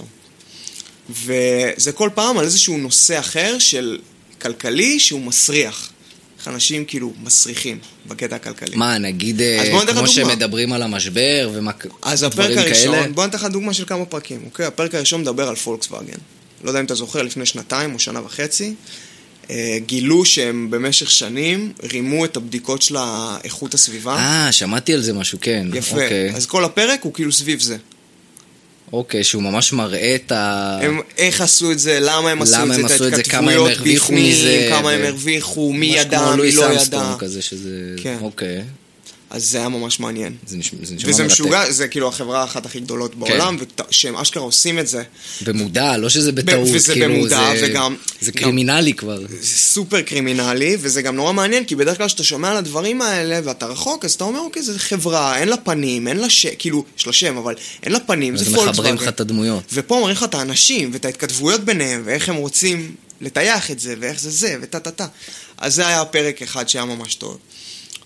וזה כל פעם על איזשהו נושא אחר של כלכלי שהוא מסריח. איך אנשים כאילו מסריחים בקטע הכלכלי. מה, נגיד, כמו שמדברים על המשבר ומה דברים כאלה? אז הפרק הראשון, בוא נתן לך דוגמה של כמה פרקים, אוקיי? הפרק הראשון מדבר על פולקסווגן. לא יודע אם אתה זוכר, לפני 2 או 1.5 גילו שהם במשך שנים רימו את הבדיקות של איכות הסביבה. שמעתי על זה משהו, כן. יפה. אז כל הפרק הוא כאילו סביב זה. אוקיי, שהוא ממש מראה את איך עשו את זה, למה הם עשו את זה, את ההתכתבויות בפנים, כמה הם הרוויחו, מי ידע, מי לא ידע. אוקיי. אז זה היה ממש מעניין. זה נשמע וזה מרתק. משוגע, זה כאילו החברה האחת הכי גדולות בעולם, שהם אשכרה עושים את זה. במודע, לא שזה בטעות. וזה במודע, וגם... זה קרימינלי כבר. זה סופר קרימינלי, וזה גם נורא מעניין, כי בדרך כלל שאתה שומע על הדברים האלה, ואתה רחוק, אז אתה אומר, אוקיי, זו חברה, אין לה פנים, אין לה כאילו, יש לה שם, אבל אין לה פנים, זה פולקסווגן. מחברים לך את הדמויות. ופה מראים לך את האנשים, ואת ההתכתבויות ביניהם, ואיך הם רוצים לטייח את זה, ואיך זה, וטה-טה-טה. אז זה היה פרק אחד שהיה ממש טוב.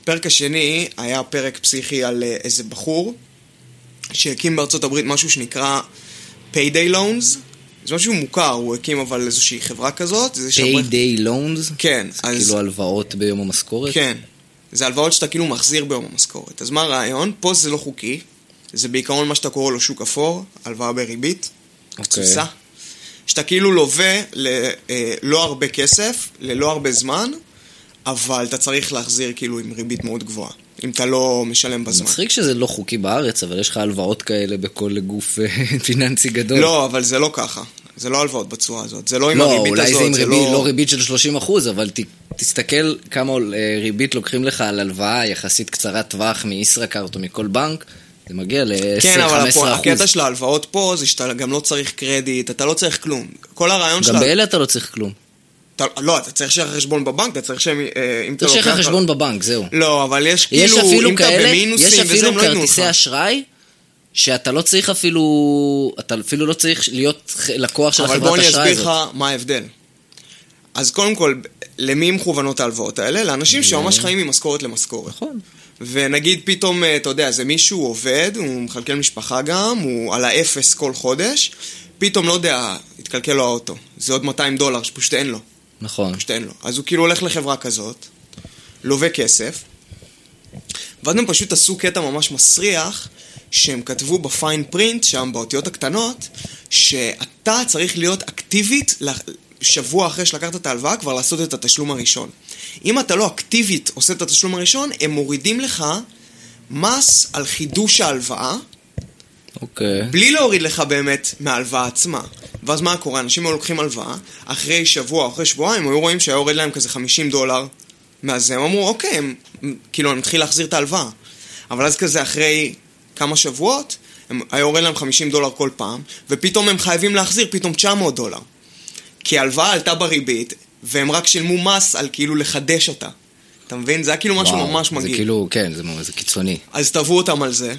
הפרק השני היה פרק פסיכי על איזה בחור שהקים בארצות הברית משהו שנקרא Payday Loans. זה משהו מוכר, הוא הקים אבל איזושהי חברה כזאת. Payday Loans? כן. זה כאילו הלוואות ביום המשכורת? כן. זה הלוואות שאתה כאילו מחזיר ביום המשכורת. אז מה הרעיון? פה זה לא חוקי. זה בעיקרון מה שאתה קורא לו שוק אפור, הלוואה בריבית, תצוסה. שאתה כאילו לווה ללא הרבה כסף, ללא הרבה זמן, אבל אתה צריך להחזיר כאילו עם ריבית מאוד גבוהה, אם אתה לא משלם בזמן. מצחיק שזה לא חוקי בארץ, אבל יש לך הלוואות כאלה בכל גוף פיננסי גדול. לא, אבל זה לא ככה. זה לא הלוואות בצורה הזאת. זה לא עם הריבית הזאת. אולי זה עם ריבית, לא ריבית של 30%, אבל תסתכל כמה ריבית לוקחים לך על הלוואה יחסית קצרת טווח מישראכרט או מכל בנק, זה מגיע ל-10-15%. כן, אבל הקטע של ההלוואות פה זה שאתה גם לא צריך קרדיט, אתה לא צריך כלום. כל הרעיון גם באלה אתה לא צריך כלום. לא, אתה צריך שיהיה חשבון בבנק, אתה צריך שהם... אתה צריך חשבון בבנק, זהו. לא, אבל יש כאילו, אם אתה במינוסים וזה, הם לא ייתנו לך. יש אפילו כרטיסי אשראי, שאתה לא צריך אפילו, אתה אפילו לא צריך להיות לקוח של החברת אשראי הזאת. אבל בוא אני אסביר לך מה ההבדל. אז קודם כל, למי מכוונות ההלוואות האלה? לאנשים שממש חיים ממשכורת למשכורת. נכון. ונגיד פתאום, אתה יודע, זה מישהו עובד, הוא מחלקל משפחה גם, הוא על האפס כל חודש, פתאום, לא יודע, התקלקל לו האוטו. זה עוד $200 שפשוט אין לו. נכון. פשוט אין לו. אז הוא כאילו הולך לחברה כזאת, לווה כסף, ואז הם פשוט עשו קטע ממש מסריח, שהם כתבו בפיין פרינט, שם באותיות הקטנות, שאתה צריך להיות אקטיבית שבוע אחרי שלקחת את ההלוואה, כבר לעשות את התשלום הראשון. אם אתה לא אקטיבית עושה את התשלום הראשון, הם מורידים לך מס על חידוש ההלוואה, בלי להוריד לך באמת מההלוואה עצמה. ואז מה קורה? אנשים היו לוקחים הלוואה, אחרי שבוע, אחרי שבועיים, הם היו רואים שהיה יורד להם כזה $50, מאז הם אמרו, אוקיי, כאילו, אני מתחיל להחזיר את ההלוואה. אבל אז כזה אחרי כמה שבועות, היה יורד להם $50 כל פעם, ופתאום הם חייבים להחזיר פתאום $900. כי ההלוואה עלתה בריבית, והם רק שילמו מס על כאילו לחדש אותה. אתה מבין? זה היה כאילו משהו ממש מגעיל. זה כאילו, כן, זה קיצוני. אז תבעו אותם על זה.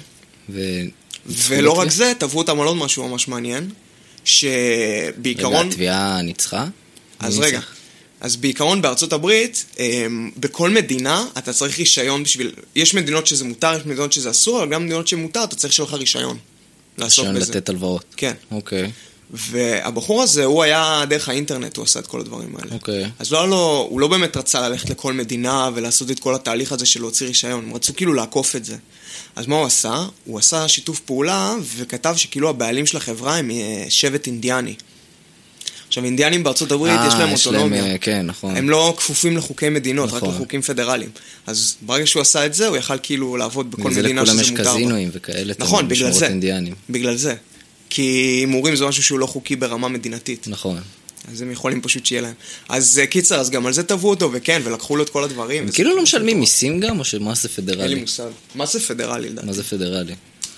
ולא רק זה, תבעו אותם על עוד משהו ממש מעניין, שבעיקרון... רגע, התביעה ניצחה? אז רגע. אז בעיקרון בארצות הברית, בכל מדינה אתה צריך רישיון בשביל... יש מדינות שזה מותר, יש מדינות שזה אסור, אבל גם מדינות שמותר, אתה צריך שלך רישיון. רישיון לתת הלוואות. כן. אוקיי. והבחור הזה, הוא היה דרך האינטרנט, הוא עשה את כל הדברים האלה. אוקיי. אז הוא לא באמת רצה ללכת לכל מדינה ולעשות את כל התהליך הזה של להוציא רישיון. הם רצו כאילו לעקוף את זה. אז מה הוא עשה? הוא עשה שיתוף פעולה וכתב שכאילו הבעלים של החברה הם שבט אינדיאני. עכשיו, אינדיאנים בארצות הברית יש להם אוטונומיה. כן, נכון. הם לא כפופים לחוקי מדינות, רק לחוקים פדרליים. אז ברגע שהוא עשה את זה, הוא יכל כאילו לעבוד בכל מדינה שזה מותר. לכולם יש קזינואים וכאלה. נכון, בגלל זה. כי הימורים זה משהו שהוא לא חוקי ברמה מדינתית. נכון. אז הם יכולים פשוט שיהיה להם. אז קיצר, אז גם על זה תבעו אותו, וכן, ולקחו לו את כל הדברים. הם כאילו לא משלמים מיסים גם, או שמה זה פדרלי? אין לי מושג. מה זה פדרלי, לדעתי? מה זה פדרלי?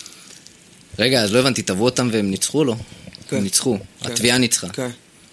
רגע, אז לא הבנתי, תבעו אותם והם ניצחו לו? הם ניצחו. התביעה ניצחה. כן.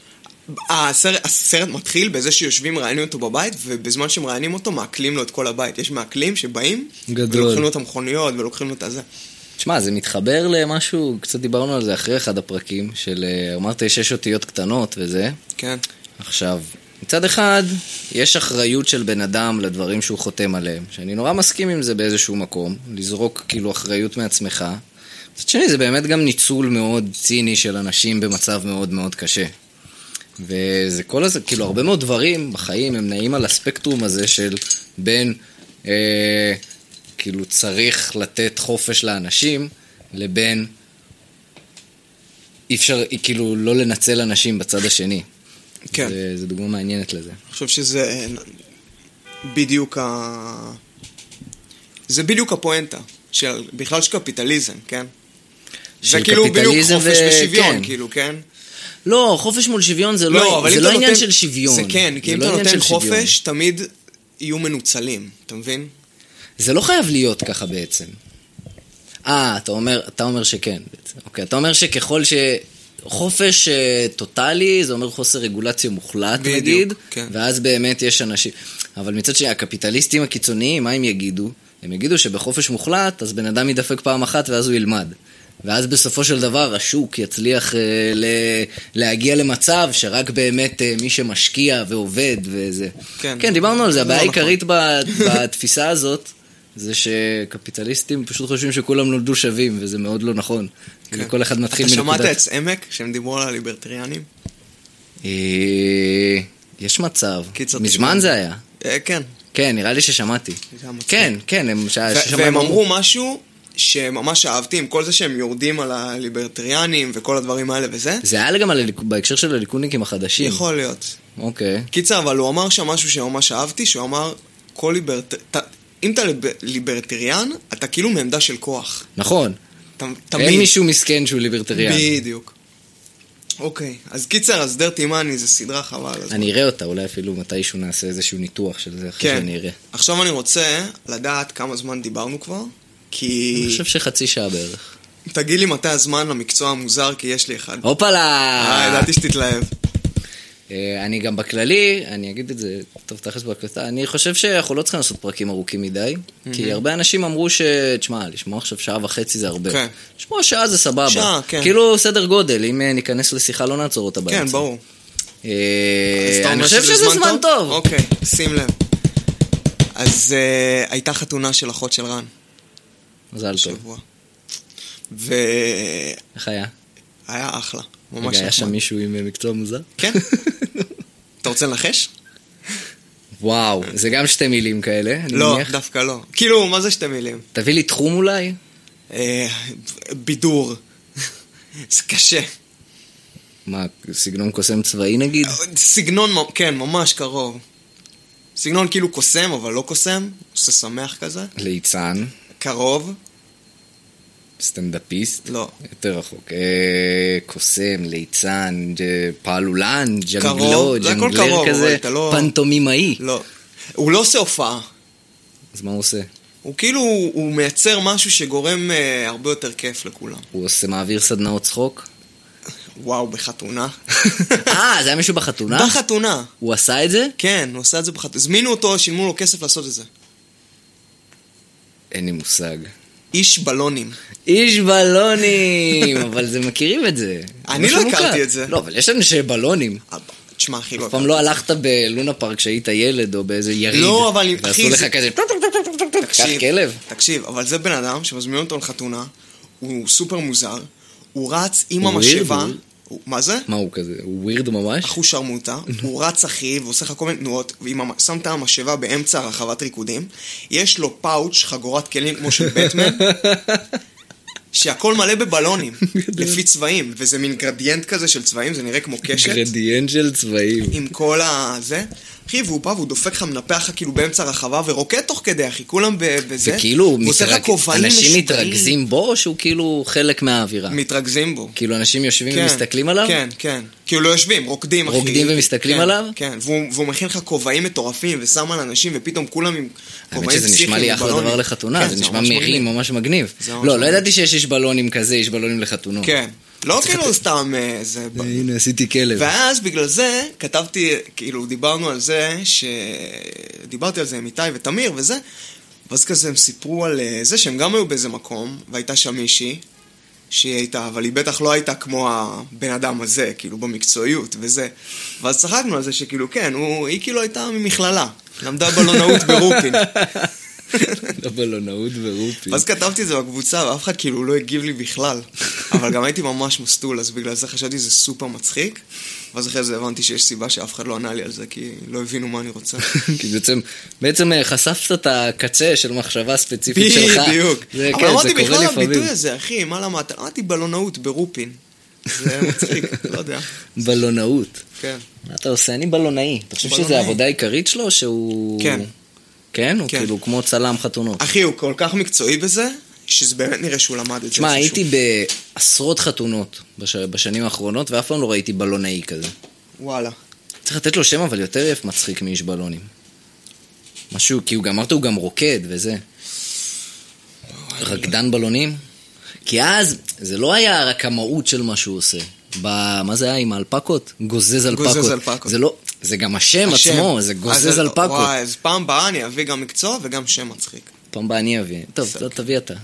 הסרט מתחיל בזה שיושבים, ראיינים אותו בבית, ובזמן שהם ראיינים אותו, מעקלים לו את כל הבית. יש מעקלים שבאים, ולוקחים לו את המכוניות, ולוקחים לו את הזה. תשמע, זה מתחבר למשהו, קצת דיברנו על זה אחרי אחד הפרקים, של אמרת 6 אותיות קטנות וזה. כן. עכשיו, מצד אחד, יש אחריות של בן אדם לדברים שהוא חותם עליהם, שאני נורא מסכים עם זה באיזשהו מקום, לזרוק כאילו אחריות מעצמך. מצד שני, זה באמת גם ניצול מאוד ציני של אנשים במצב מאוד מאוד קשה. וזה כל הזה, כאילו הרבה מאוד דברים בחיים הם נעים על הספקטרום הזה של בין... כאילו צריך לתת חופש לאנשים, לבין אי אפשר כאילו לא לנצל אנשים בצד השני. כן. זה דוגמה מעניינת לזה. אני חושב שזה בדיוק זה בדיוק הפואנטה, בכלל של קפיטליזם, כן? זה כאילו בדיוק חופש ושוויון, כאילו, כן? לא, חופש מול שוויון זה לא עניין של שוויון. זה כן, כי אם אתה נותן חופש, תמיד יהיו מנוצלים, אתה מבין? זה לא חייב להיות ככה בעצם. אתה אומר שכן בעצם. אוקיי, אתה אומר שככל שחופש טוטלי, זה אומר חוסר רגולציה מוחלט, נגיד, כן. ואז באמת יש אנשים. אבל מצד שהקפיטליסטים הקיצוניים, מה הם יגידו? הם יגידו שבחופש מוחלט, אז בן אדם ידפק פעם אחת ואז הוא ילמד. ואז בסופו של דבר השוק יצליח להגיע למצב שרק באמת מי שמשקיע ועובד וזה. כן, דיברנו על זה, הבעיה העיקרית בתפיסה הזאת, זה שקפיטליסטים פשוט חושבים שכולם נולדו שווים, וזה מאוד לא נכון. כל אחד מתחיל אתה שמעת את עמק, שהם דיברו על הליברטריאנים? יש מצב. מזמן זה היה. כן. כן, נראה לי ששמעתי. כן, כן. והם אמרו משהו שממש אהבתי, עם כל זה שהם יורדים על הליברטריאנים וכל הדברים האלה וזה. זה היה גם בהקשר של הליכודניקים החדשים. יכול להיות. אוקיי. קיצר, אבל הוא אמר שם משהו שממש אהבתי, שהוא אמר, אם אתה ליברטריאן, אתה כאילו מעמדה של כוח. נכון. אין מישהו מסכן שהוא ליברטריאן. בדיוק. אוקיי, אז קיצר, אז דרטי מאני זה סדרה חבל. אני אראה אותה, אולי אפילו מתישהו נעשה איזשהו ניתוח של זה, אחרי שאני אראה. עכשיו אני רוצה לדעת כמה זמן דיברנו כבר, כי... אני חושב שחצי שעה בערך. תגיד לי מתי הזמן למקצוע המוזר, כי יש לי אחד. הופלה! ידעתי שתתלהב. אני גם בכללי, אני אגיד את זה, טוב, תכף בהקלטה, אני חושב שאנחנו לא צריכים לעשות פרקים ארוכים מדי, כי הרבה אנשים אמרו תשמע, לשמוע עכשיו שעה וחצי זה הרבה. לשמוע שעה זה סבבה. שעה, כן. כאילו סדר גודל, אם ניכנס לשיחה לא נעצור אותה באמצע. כן, ברור. אני חושב שזה זמן טוב. אוקיי, שים לב. אז הייתה חתונה של אחות של רן. מזל טוב. איך היה? היה אחלה. רגע, היה שם מישהו עם מקצוע מוזר? כן. אתה רוצה לנחש? וואו, זה גם שתי מילים כאלה. לא, דווקא לא. כאילו, מה זה שתי מילים? תביא לי תחום אולי? בידור. זה קשה. מה, סגנון קוסם צבאי נגיד? סגנון, כן, ממש קרוב. סגנון כאילו קוסם, אבל לא קוסם. עושה שמח כזה. ליצן. קרוב. סטנדאפיסט? לא. יותר רחוק. קוסם, ליצן, פעלולן, ג'נגלר כזה, פנטומימאי. לא. הוא לא עושה הופעה. אז מה הוא עושה? הוא כאילו, הוא מייצר משהו שגורם הרבה יותר כיף לכולם. הוא עושה מעביר סדנאות צחוק? וואו, בחתונה. זה היה מישהו בחתונה? בחתונה. הוא עשה את זה? כן, הוא עשה את זה בחתונה. זמינו אותו, שילמו לו כסף לעשות את זה. אין לי מושג. איש בלונים. איש בלונים, אבל זה מכירים את זה. אני לא הכרתי את זה. לא, אבל יש אנשי בלונים. תשמע, אחי, לא. אף פעם לא הלכת בלונה פארק כשהיית ילד או באיזה יריד. לא, אבל ועשו לך כזה, קח כלב. תקשיב, אבל זה בן אדם שמזמין אותו לחתונה, הוא סופר מוזר, הוא רץ עם המשאבה. מה זה? מה הוא כזה? הוא ווירד ממש? אחו שרמוטה, הוא רץ אחי ועושה לך כל מיני תנועות, ושם את המשאבה באמצע רחבת ריקודים, יש לו פאוץ' חגורת כלים כמו של בטמן, שהכל מלא בבלונים, לפי צבעים, וזה מין גרדיאנט כזה של צבעים, זה נראה כמו קשת. גרדיאנט של צבעים. עם כל הזה. אחי, והוא בא והוא דופק לך, מנפח לך כאילו באמצע הרחבה, ורוקד תוך כדי, אחי, כולם בזה. וכאילו, אנשים מתרכזים בו, או שהוא כאילו חלק מהאווירה? מתרכזים בו. כאילו, אנשים יושבים ומסתכלים עליו? כן, כן. כאילו לא יושבים, רוקדים, אחי. רוקדים ומסתכלים עליו? כן, והוא מכין לך כובעים מטורפים, ושם על אנשים, ופתאום כולם עם כובעים פסיכיים. האמת שזה נשמע לי אחלה דבר לחתונה, זה נשמע מרים, ממש מגניב. לא, לא ידעתי שיש איש בלונים כזה, איש בלונים לחתונות. כן. לא כאילו סתם הנה, עשיתי כלב. ואז בגלל זה כתבתי, כאילו דיברנו על זה, דיברתי על זה עם איתי ותמיר וזה, ואז כזה הם סיפרו על זה שהם גם היו באיזה מקום, והייתה שם מישהי, שהיא הייתה, אבל היא בטח לא הייתה כמו הבן אדם הזה, כאילו במקצועיות וזה. ואז צחקנו על זה שכאילו כן, היא כאילו הייתה ממכללה, למדה בלונאות ברופין. בלונאות ורופי. אז כתבתי את זה בקבוצה, ואף אחד כאילו לא הגיב לי בכלל. אבל גם הייתי ממש מסטול, אז בגלל זה חשבתי שזה סופר מצחיק. ואז אחרי זה הבנתי שיש סיבה שאף אחד לא ענה לי על זה, כי לא הבינו מה אני רוצה. כי בעצם חשפת את הקצה של מחשבה ספציפית שלך. בדיוק. אבל אמרתי בכלל הביטוי הזה, אחי, מה למדת? אמרתי בלונאות ברופין. זה מצחיק, לא יודע. בלונאות. כן. מה אתה עושה? אני בלונאי. אתה חושב שזה העבודה העיקרית שלו, שהוא... כן. כן? הוא כאילו כמו צלם חתונות. אחי, הוא כל כך מקצועי בזה, שזה באמת נראה שהוא למד את זה. תשמע, הייתי בעשרות חתונות בשנים האחרונות, ואף פעם לא ראיתי בלונאי כזה. וואלה. צריך לתת לו שם, אבל יותר מצחיק מאיש בלונים. משהו, כי הוא גם אמרת, הוא גם רוקד וזה. רקדן בלונים? כי אז, זה לא היה רק המהות של מה שהוא עושה. מה זה היה עם האלפקות? גוזז אלפקות. גוזז אלפקות. זה לא... זה גם השם עצמו, זה גוזז אלפקות. וואי, אז פעם באה אני אביא גם מקצוע וגם שם מצחיק. פעם באה אני אביא. טוב, תביא אתה.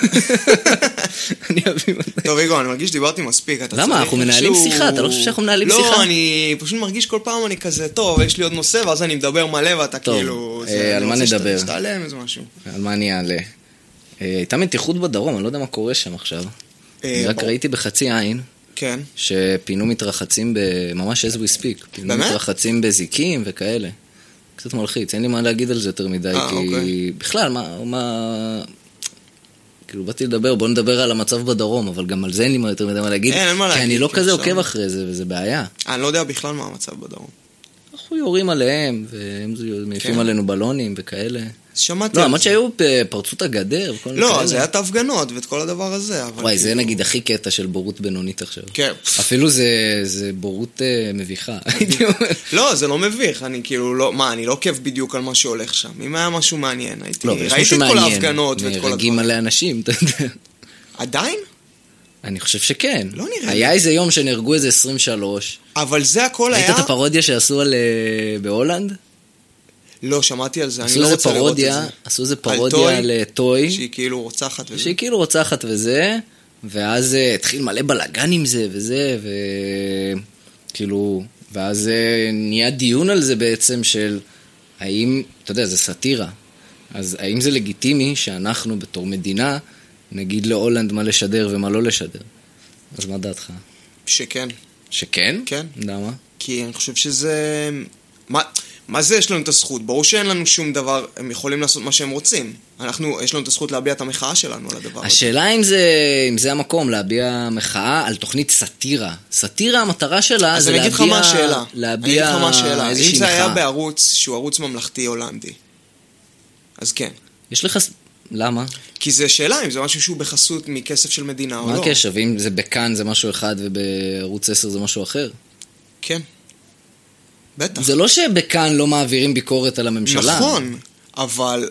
אני אביא. טוב, איגו, אני מרגיש שדיברתי מספיק. למה? אנחנו מנהלים שיחה, אתה לא חושב שאנחנו מנהלים שיחה? לא, אני פשוט מרגיש כל פעם אני כזה, טוב, יש לי עוד נושא, ואז אני מדבר מלא, ואתה כאילו... על מה נדבר? שתעלם איזה משהו. על מה אני אעלה? הייתה מתיחות בדרום, אני לא יודע מה קורה שם עכשיו. אני רק ראיתי בחצי עין. כן. שפינו מתרחצים ממש as we speak. פינו מתרחצים בזיקים וכאלה. קצת מלחיץ, אין לי מה להגיד על זה יותר מדי, כי בכלל, מה... כאילו, באתי לדבר, בוא נדבר על המצב בדרום, אבל גם על זה אין לי מה יותר מדי מה להגיד, כי אני לא כזה עוקב אחרי זה, וזה בעיה. אני לא יודע בכלל מה המצב בדרום. אנחנו יורים עליהם, והם מעיפים עלינו בלונים וכאלה. שמעתי. לא, אמרת שהיו פרצות הגדר וכל מיני כאלה. לא, זה היה את ההפגנות ואת כל הדבר הזה. וואי, זה נגיד הכי קטע של בורות בינונית עכשיו. כן. אפילו זה בורות מביכה. לא, זה לא מביך. אני כאילו לא, מה, אני לא עוקב בדיוק על מה שהולך שם. אם היה משהו מעניין, ראיתי את כל ההפגנות ואת כל הדברים. נהרגים מלא אנשים, אתה יודע. עדיין? אני חושב שכן. לא נראה. היה איזה יום שנהרגו איזה 23. אבל זה הכל היה... ראית את הפרודיה שעשו בהולנד? לא, שמעתי על זה, אני לא רוצה לראות את זה. עשו איזה פרודיה על טוי. שהיא כאילו רוצחת וזה. שהיא כאילו רוצחת וזה, ואז התחיל מלא בלגן עם זה וזה, וכאילו, ואז נהיה דיון על זה בעצם של האם, אתה יודע, זה סאטירה. אז האם זה לגיטימי שאנחנו בתור מדינה נגיד להולנד מה לשדר ומה לא לשדר? אז מה דעתך? שכן. שכן? כן. למה? כי אני חושב שזה... מה זה יש לנו את הזכות? ברור שאין לנו שום דבר, הם יכולים לעשות מה שהם רוצים. יש לנו את הזכות להביע את המחאה שלנו על הדבר הזה. השאלה אם זה המקום להביע מחאה על תוכנית סאטירה. סאטירה, המטרה שלה זה להביע... אז אני אגיד לך מה השאלה. להביע איזושהי אם זה היה מחאה. בערוץ שהוא ערוץ ממלכתי הולנדי, אז כן. יש לך... למה? כי זה שאלה אם זה משהו שהוא בחסות מכסף של מדינה או לא. מה הקשר? ואם זה בכאן זה משהו אחד ובערוץ 10 זה משהו אחר? כן. בטח. זה לא שבכאן לא מעבירים ביקורת על הממשלה. נכון, אבל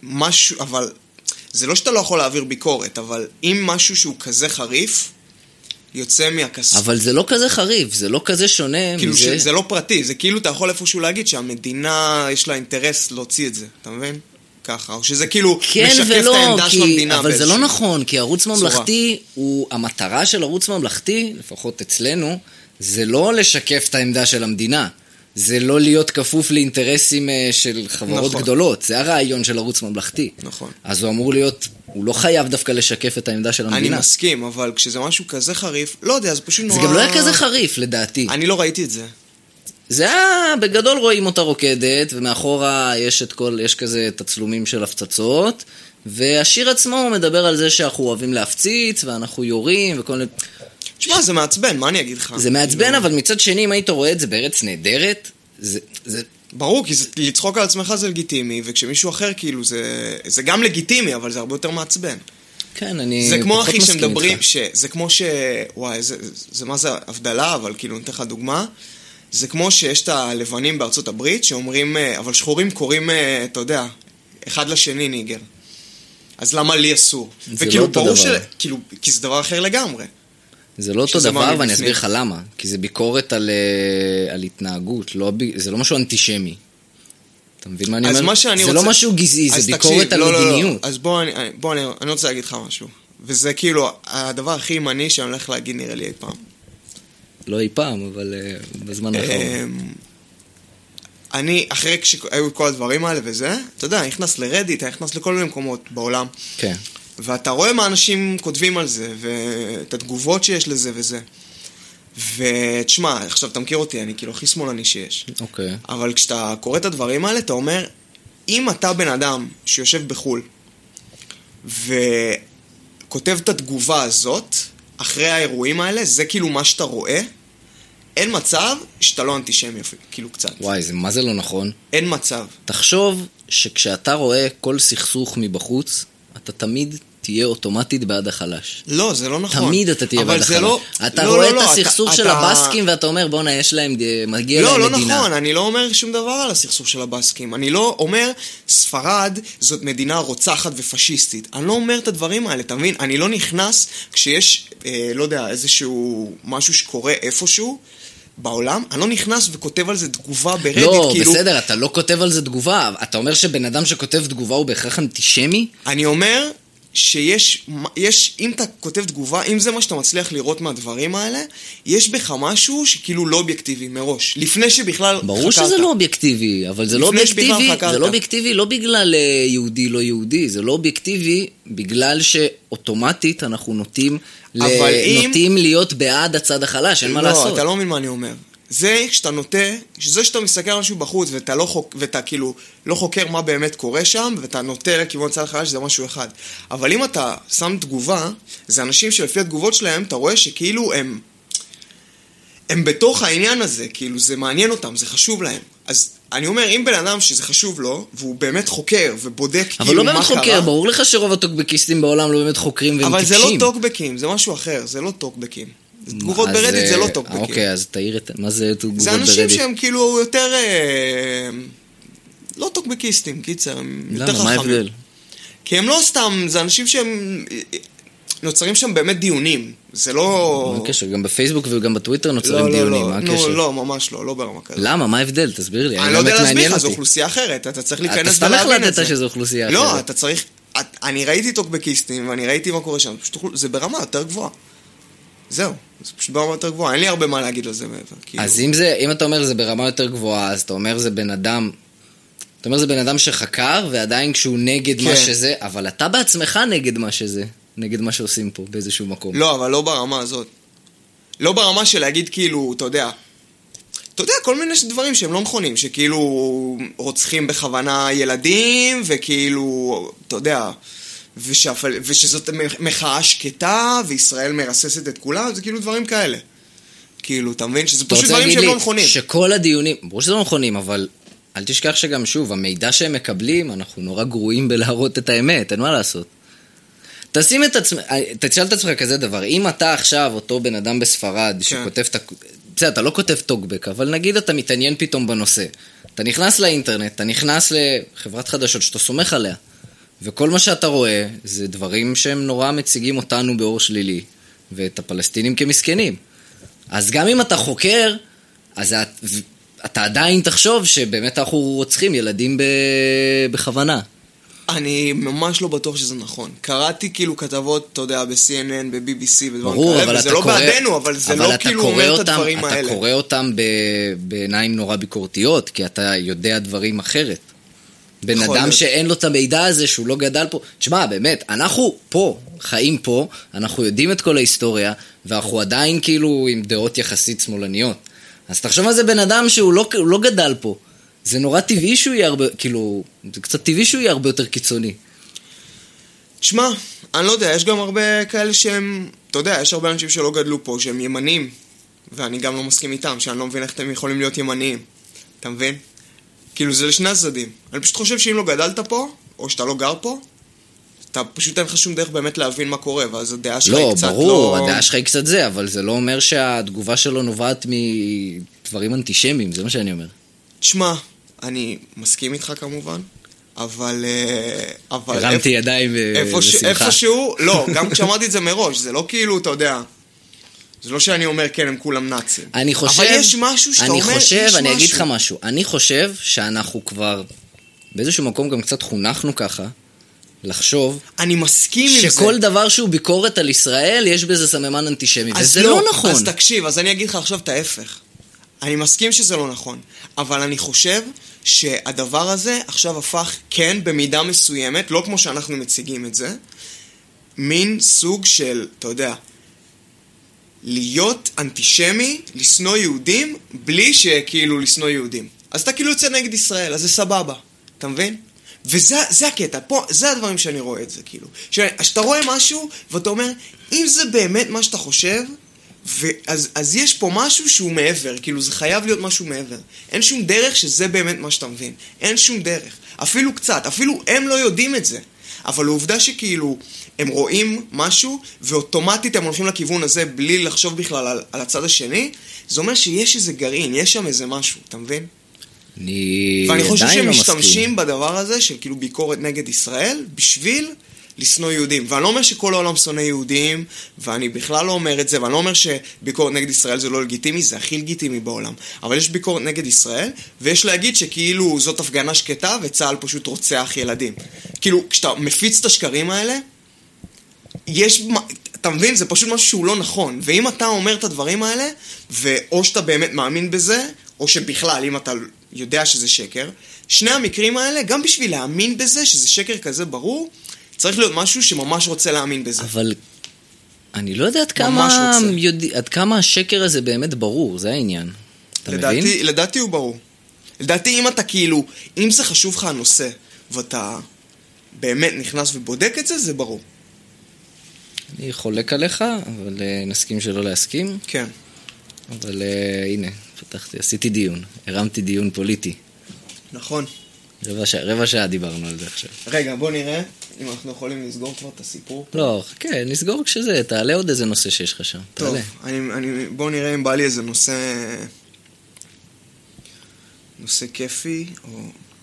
זה לא שאתה לא יכול להעביר ביקורת, אבל אם משהו שהוא כזה חריף, יוצא מהכסף. אבל זה לא כזה חריף, זה לא כזה שונה כאילו מזה. זה לא פרטי, זה כאילו אתה יכול איפשהו להגיד שהמדינה יש לה אינטרס להוציא את זה, אתה מבין? ככה, או שזה כאילו משקף את העמדה של המדינה. אבל זה לא נכון, כי ערוץ ממלכתי, המטרה של ערוץ ממלכתי, לפחות אצלנו, זה לא לשקף את העמדה של המדינה. זה לא להיות כפוף לאינטרסים של חברות גדולות. זה הרעיון של ערוץ ממלכתי. נכון. אז הוא אמור להיות, הוא לא חייב דווקא לשקף את העמדה של המדינה. אני מסכים, אבל כשזה משהו כזה חריף, לא יודע, זה פשוט נורא... זה גם לא היה כזה חריף, לדעתי. אני לא ראיתי את זה. זה היה, בגדול רואים אותה רוקדת, ומאחורה יש כזה תצלומים של הפצצות, והשיר עצמו מדבר על זה שאנחנו אוהבים להפציץ, ואנחנו יורים, וכל... תשמע, זה מעצבן, מה אני אגיד לך? זה מעצבן, אבל מצד שני, אם היית רואה את זה בארץ נהדרת, זה... ברור, כי לצחוק על עצמך זה לגיטימי, וכשמישהו אחר כאילו זה גם לגיטימי, אבל זה הרבה יותר מעצבן. כן, אני זה כמו אחי מסכים שמדברים, איתך. זה כמו וואי, זה מה זה הבדלה, אבל כאילו נתן לך דוגמה. זה כמו שיש את הלבנים בארצות הברית, שאומרים, אבל שחורים קוראים, אתה יודע, אחד לשני ניגר. אז למה לי אסור? זה לא אותו דבר. כאילו, כי זה דבר אחר לגמרי. זה לא אותו דבר, ואני אסביר לך למה. כי זה ביקורת על התנהגות, זה לא משהו אנטישמי. אתה מבין מה אני אומר? זה לא משהו גזעי, זה ביקורת על מדיניות. אז בוא, אני רוצה להגיד לך משהו. וזה כאילו הדבר הכי ימני שאני הולך להגיד נראה לי אי פעם. לא אי פעם, אבל בזמן האחרון. אני, אחרי שהיו כל הדברים האלה וזה, אתה יודע, אני נכנס לרדיט, אני נכנס לכל מיני מקומות בעולם. כן. ואתה רואה מה אנשים כותבים על זה, ואת התגובות שיש לזה וזה. ותשמע, עכשיו אתה מכיר אותי, אני כאילו הכי שמאלני שיש. אוקיי. אבל כשאתה קורא את הדברים האלה, אתה אומר, אם אתה בן אדם שיושב בחול, וכותב את התגובה הזאת, אחרי האירועים האלה, זה כאילו מה שאתה רואה, אין מצב שאתה לא אנטישמי, כאילו קצת. וואי, מה זה לא נכון? אין מצב. תחשוב שכשאתה רואה כל סכסוך מבחוץ, אתה תמיד תהיה אוטומטית בעד החלש. לא, זה לא נכון. תמיד אתה תהיה בעד החלש. אתה לא, רואה לא, את הסכסוך של הבסקים ואתה אומר, בוא'נה, יש להם, מגיע להם מדינה. לא נכון, אני לא אומר שום דבר על הסכסוך של הבסקים. אני לא אומר, ספרד זאת מדינה רוצחת ופשיסטית. אני לא אומר את הדברים האלה, אתה מבין? אני לא נכנס כשיש, לא יודע, איזשהו משהו שקורה איפשהו, בעולם, אני לא נכנס וכותב על זה תגובה ברדיט, לא, כאילו... בסדר, אתה לא כותב על זה תגובה, אתה אומר שבן אדם שכותב תגובה הוא בהכרח אנטישמי? אני אומר אם אתה כותב תגובה, אם זה מה שאתה מצליח לראות מהדברים האלה, יש בך משהו שכאילו לא אובייקטיבי מראש, לפני שבכלל חקרת. ברור שזה לא אובייקטיבי, אבל זה לא אובייקטיבי לא בגלל יהודי לא יהודי, זה לא אובייקטיבי בגלל שאוטומטית אנחנו נוטים להיות בעד הצד החלש, אין מה לעשות. לא, אתה לא מבין מה אני אומר. זה שאתה מסתכל על משהו בחוץ ואתה כאילו לא חוקר מה באמת קורה שם ואתה נוטה לכיוון צד החלש, זה משהו אחד. אבל אם אתה שם תגובה, זה אנשים שלפי התגובות שלהם אתה רואה שכאילו הם בתוך העניין הזה, כאילו זה מעניין אותם, זה חשוב להם. אז אני אומר, אם בן אדם שזה חשוב לו, והוא באמת חוקר ובודק כאילו מה קרה... אבל לא באמת חוקר, ברור לך שרוב הטוקבקיסטים בעולם לא באמת חוקרים והם טיפשים. אבל זה לא טוקבקים, זה משהו אחר, זה לא טוקבקים. תגובות ברדיט זה לא טוקבקים. אוקיי, אז תאיר את... מה זה תגובות ברדיט? זה אנשים שהם כאילו יותר... לא טוקבקיסטים, קיצר, הם יותר חכמים. למה, מה ההבדל? כי הם לא סתם, זה אנשים שהם... נוצרים שם באמת דיונים. זה לא... מה הקשר? גם בפייסבוק וגם בטוויטר נוצרים דיונים, מה הקשר? לא, ממש לא ברמה כזאת. למה? מה ההבדל? תסביר לי. אני לא יודע להסביר לך, זו אוכלוסייה אחרת. אתה צריך להיכנס ולהבין את זה. אתה סתם החלטת שזו אוכלוסייה אחרת. לא, אתה צריך... אני ראיתי טוקבקיסטים ואני ראיתי מה קורה שם. זה ברמה יותר גבוהה. זהו, זה פשוט ברמה יותר גבוהה. אין לי הרבה מה להגיד על זה מעבר. אז אם אתה אומר זה ברמה יותר גבוהה, אז אתה אומר זה בן אדם... אתה אומר זה בן אדם שחקר, ועדיין כשהוא נגד מה שזה, אבל אתה בעצמך נגד מה שזה. נגד מה שעושים פה באיזשהו מקום. לא, אבל לא ברמה הזאת. לא ברמה של להגיד כאילו, אתה יודע, כל מיני דברים שהם לא נכונים, שכאילו רוצחים בכוונה ילדים, וכאילו, אתה יודע, ושזאת מחאה שקטה, וישראל מרססת את כולם, זה כאילו דברים כאלה. כאילו, אתה מבין? שזה פשוט דברים שהם לא נכונים. שכל הדיונים, ברור שזה לא נכונים, אבל אל תשכח שגם שוב, המידע שהם מקבלים, אנחנו נורא גרועים בלהראות את האמת, אין מה לעשות. תשים את עצמך, תשאל את עצמך כזה דבר, אם אתה עכשיו אותו בן אדם בספרד שכותב בסדר, אתה לא כותב טוקבק, אבל נגיד אתה מתעניין פתאום בנושא. אתה נכנס לאינטרנט, אתה נכנס לחברת חדשות שאתה סומך עליה, וכל מה שאתה רואה זה דברים שהם נורא מציגים אותנו באור שלילי, ואת הפלסטינים כמסכנים. אז גם אם אתה חוקר, אז אתה עדיין תחשוב שבאמת אנחנו רוצחים ילדים בכוונה. אני ממש לא בטוח שזה נכון. קראתי כאילו כתבות, אתה יודע, ב-CNN, ב-BBC ודברים כאלה, וזה לא בעדינו, אבל זה לא כאילו אומר את הדברים האלה. אתה קורא אותם בעיניים נורא ביקורתיות, כי אתה יודע דברים אחרת. בן אדם שאין לו את המידע הזה, שהוא לא גדל פה. תשמע, באמת, אנחנו פה, חיים פה, אנחנו יודעים את כל ההיסטוריה, ואנחנו עדיין כאילו עם דעות יחסית שמאלניות. אז תחשוב על זה בן אדם שהוא לא גדל פה. זה נורא טבעי שהוא יהיה הרבה, כאילו, זה קצת טבעי שהוא יהיה הרבה יותר קיצוני. תשמע, אני לא יודע, יש גם הרבה כאלה שהם, אתה יודע, יש הרבה אנשים שלא גדלו פה, שהם ימנים, ואני גם לא מסכים איתם, שאני לא מבין איך אתם יכולים להיות ימניים. אתה מבין? כאילו, זה לשני הצדדים. אני פשוט חושב שאם לא גדלת פה, או שאתה לא גר פה, אתה פשוט אין לך שום דרך באמת להבין מה קורה, ואז הדעה שלך היא קצת לא... לא, ברור, הדעה שלך היא קצת זה, אבל זה לא אומר שהתגובה שלו נובעת מדברים אנטישמיים, זה מה שאני אומר. תשמע, אני מסכים איתך כמובן, אבל הרמתי ידיים בשמחה. איפשהו, לא, גם כשאמרתי את זה מראש, זה לא כאילו, אתה יודע, זה לא שאני אומר, כן, הם כולם נאצים. אני חושב, אבל יש משהו שאתה אומר, יש משהו. אני אגיד לך משהו, אני חושב שאנחנו כבר, באיזשהו מקום גם קצת חונכנו ככה, לחשוב, אני מסכים עם זה. שכל דבר שהוא ביקורת על ישראל, יש בזה סממן אנטישמי, וזה לא נכון. אז תקשיב, אז אני אגיד לך עכשיו את ההפך. אני מסכים שזה לא נכון, אבל אני חושב שהדבר הזה עכשיו הפך, כן, במידה מסוימת, לא כמו שאנחנו מציגים את זה, מין סוג של, אתה יודע, להיות אנטישמי, לשנוא יהודים, בלי שכאילו לשנוא יהודים. אז אתה כאילו יוצא נגד ישראל, אז זה סבבה, אתה מבין? וזה הקטע, פה, זה הדברים שאני רואה את זה, כאילו. שאתה רואה משהו, ואתה אומר, אם זה באמת מה שאתה חושב, אז יש פה משהו שהוא מעבר, כאילו זה חייב להיות משהו מעבר. אין שום דרך שזה באמת מה שאתה מבין. אין שום דרך. אפילו קצת, אפילו הם לא יודעים את זה. אבל העובדה שכאילו הם רואים משהו, ואוטומטית הם הולכים לכיוון הזה בלי לחשוב בכלל על הצד השני, זה אומר שיש איזה גרעין, יש שם איזה משהו, אתה מבין? אני ואני חושב שהם משתמשים בדבר הזה של כאילו ביקורת נגד ישראל, בשביל לשנוא יהודים. ואני לא אומר שכל העולם שונא יהודים, ואני בכלל לא אומר את זה, ואני לא אומר שביקורת נגד ישראל זה לא לגיטימי, זה הכי לגיטימי בעולם. אבל יש ביקורת נגד ישראל, ויש להגיד שכאילו זאת הפגנה שקטה, וצה"ל פשוט רוצח ילדים. כאילו, כשאתה מפיץ את השקרים האלה, אתה מבין, זה פשוט משהו שהוא לא נכון. ואם אתה אומר את הדברים האלה, או שאתה באמת מאמין בזה, או שבכלל, אם אתה יודע שזה שקר, שני המקרים האלה, גם בשביל להאמין בזה, שזה שקר כזה ברור, צריך להיות משהו שממש רוצה להאמין בזה. אבל אני לא יודע עד כמה השקר הזה באמת ברור, זה העניין. אתה מבין? לדעתי הוא ברור. לדעתי אם אתה כאילו, אם זה חשוב לך הנושא, ואתה באמת נכנס ובודק את זה, זה ברור. אני חולק עליך, אבל נסכים שלא להסכים. כן. אבל הנה, פתחתי, עשיתי דיון, הרמתי דיון פוליטי. נכון. רבע שעה דיברנו על זה עכשיו. רגע, בוא נראה אם אנחנו יכולים לסגור כבר את הסיפור. לא, חכה, נסגור כשזה, תעלה עוד איזה נושא שיש לך שם. טוב, בוא נראה אם בא לי איזה נושא כיפי, או...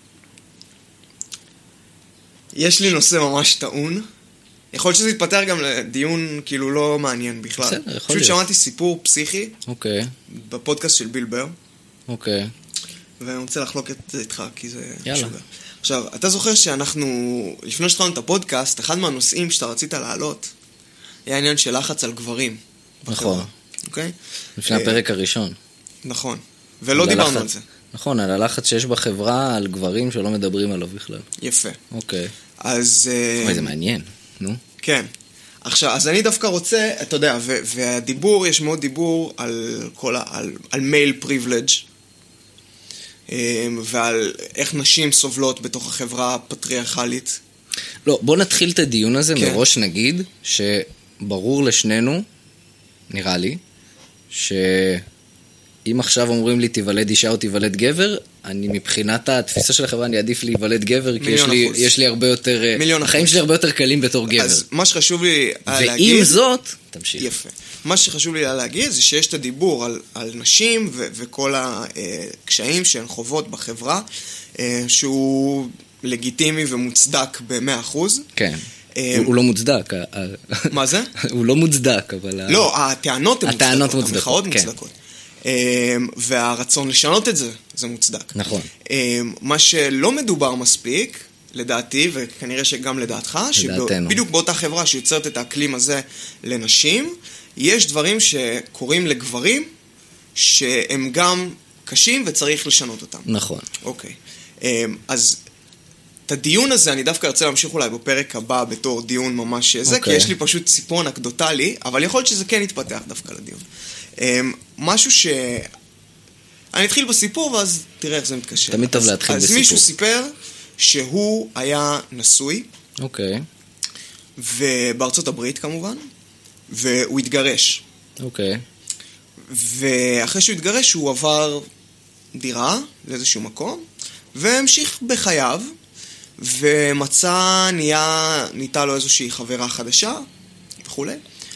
יש לי נושא ממש טעון. יכול להיות שזה יתפתח גם לדיון כאילו לא מעניין בכלל. בסדר, יכול להיות. פשוט שמעתי סיפור פסיכי. אוקיי. בפודקאסט של ביל בר. אוקיי. ואני רוצה לחלוק את זה איתך, כי זה... יאללה. עכשיו, אתה זוכר שאנחנו, לפני שתחלנו את הפודקאסט, אחד מהנושאים שאתה רצית להעלות, היה עניין של לחץ על גברים. נכון. אוקיי? לפני הפרק הראשון. נכון. ולא דיברנו על זה. נכון, על הלחץ שיש בחברה על גברים שלא מדברים עליו בכלל. יפה. אוקיי. אז... זה מעניין, נו. כן. עכשיו, אז אני דווקא רוצה, אתה יודע, והדיבור, יש מאוד דיבור על מייל פריבילג' ועל איך נשים סובלות בתוך החברה הפטריארכלית. לא, בוא נתחיל את הדיון הזה מראש נגיד, שברור לשנינו, נראה לי, שאם עכשיו אומרים לי תיוולד אישה או תיוולד גבר, אני מבחינת התפיסה של החברה, אני עדיף להיוולד גבר, כי יש לי הרבה יותר, החיים שלי הרבה יותר קלים בתור גבר. אז מה שחשוב לי להגיד... ועם זאת, תמשיך. יפה. מה שחשוב לי להגיד זה שיש את הדיבור על נשים וכל הקשיים שהן חוות בחברה, שהוא לגיטימי ומוצדק ב-100%. כן. הוא לא מוצדק. מה זה? הוא לא מוצדק, אבל... לא, הטענות הן מוצדקות. הטענות מוצדקות, המחאות מוצדקות. והרצון לשנות את זה, זה מוצדק. נכון. מה שלא מדובר מספיק, לדעתי, וכנראה שגם לדעתך, שבדיוק באותה חברה שיוצרת את האקלים הזה לנשים, יש דברים שקורים לגברים, שהם גם קשים וצריך לשנות אותם. נכון. אוקיי. אז את הדיון הזה אני דווקא ארצה להמשיך אולי בפרק הבא בתור דיון ממש זה, כי יש לי פשוט סיפור אנקדוטלי, אבל יכול להיות שזה כן יתפתח דווקא לדיון. משהו ש... אני אתחיל בסיפור ואז תראה איך זה מתקשר. תמיד טוב להתחיל בסיפור. אז מישהו סיפר שהוא היה נשוי. אוקיי. ובארצות הברית כמובן. והוא התגרש. אוקיי. ואחרי שהוא התגרש הוא עבר דירה לאיזשהו מקום. והמשיך בחייו. נהייתה לו איזושהי חברה חדשה. וכו'.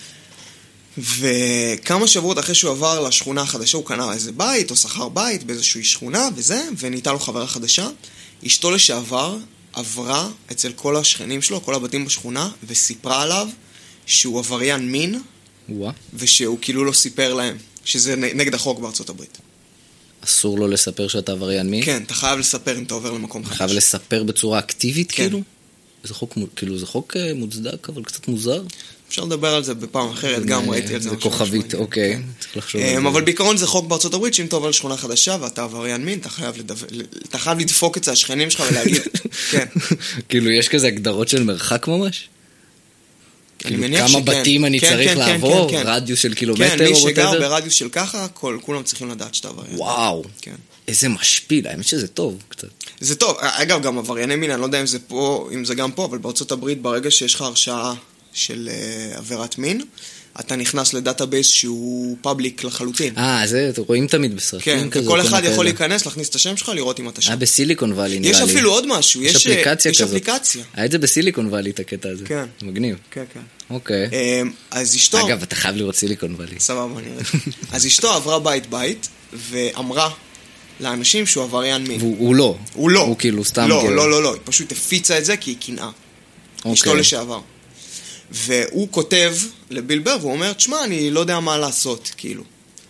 וכמה שבועות אחרי שהוא עבר לשכונה החדשה, הוא קנה איזה בית או שכר בית באיזושהי שכונה וזה, ונהייתה לו חברה חדשה. אשתו לשעבר עברה אצל כל השכנים שלו, כל הבתים בשכונה, וסיפרה עליו שהוא עבריין מין, ושהוא כאילו לא סיפר להם, שזה נגד החוק בארצות הברית. אסור לו לספר שאתה עבריין מין? כן, אתה חייב לספר אם אתה עובר למקום חדש. חייב לספר בצורה אקטיבית כאילו? זה חוק מוצדק, אבל קצת מוזר. אפשר לדבר על זה בפעם אחרת, גם ראיתי על זה. זה כוכבית, אוקיי. צריך לחשוב על זה. אבל בעיקרון זה חוק בארצות הברית, שאם אתה עובר לשכונה חדשה ואתה עבריין מין, אתה חייב לדפוק את השכנים שלך ולהגיד, כן. כאילו, יש כזה הגדרות של מרחק ממש? כאילו, כמה בתים אני צריך לעבור? רדיוס של קילומטר? כן, מי שגר ברדיוס של ככה, כולם צריכים לדעת שאתה עבריין. וואו. איזה משפיל, האמת שזה טוב קצת. זה טוב. אגב, גם עברייני מין, אני לא יודע אם זה גם פה, אבל בארצות הברית, ברגע שיש לך הרשעה של עבירת מין, אתה נכנס לדאטאבייס שהוא פאבליק לחלוטין. זה רואים תמיד בסרטים. כן, וכל אחד יכול להיכנס, להכניס את השם שלך, לראות אם אתה שם. בסיליקון ואלי נראה לי. יש אפילו עוד משהו, יש אפליקציה כזאת. היה את זה בסיליקון ואלי, את הקטע הזה. כן. מגניב. כן, כן. אוקיי. אז אשתו... אגב, אתה חייב לראות סיליקון ואלי. סבבה, נראה. אז אשתו עברה בית, ואמרה לאנשים שהוא עבריין מין. הוא לא. הוא לא. הוא כאילו סתם... לא, היא פשוט הפיצה את זה כי היא קנאה. אשתו לשעבר. והוא כותב לביל בר, והוא אומר, תשמע, אני לא יודע מה לעשות, כאילו.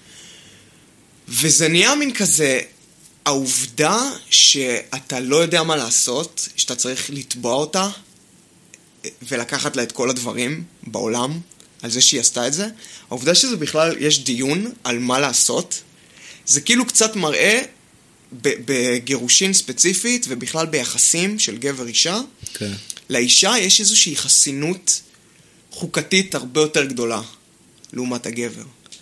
וזה נהיה מין כזה, העובדה שאתה לא יודע מה לעשות, שאתה צריך לתבוע אותה, ולקחת לה את כל הדברים בעולם, על זה שהיא עשתה את זה, העובדה שזה בכלל, יש דיון על מה לעשות, זה כאילו קצת מראה בגירושין ספציפית, ובכלל ביחסים של גבר אישה, כן. לאישה יש איזושהי חסינות חוקתית הרבה יותר גדולה, לעומת הגבר.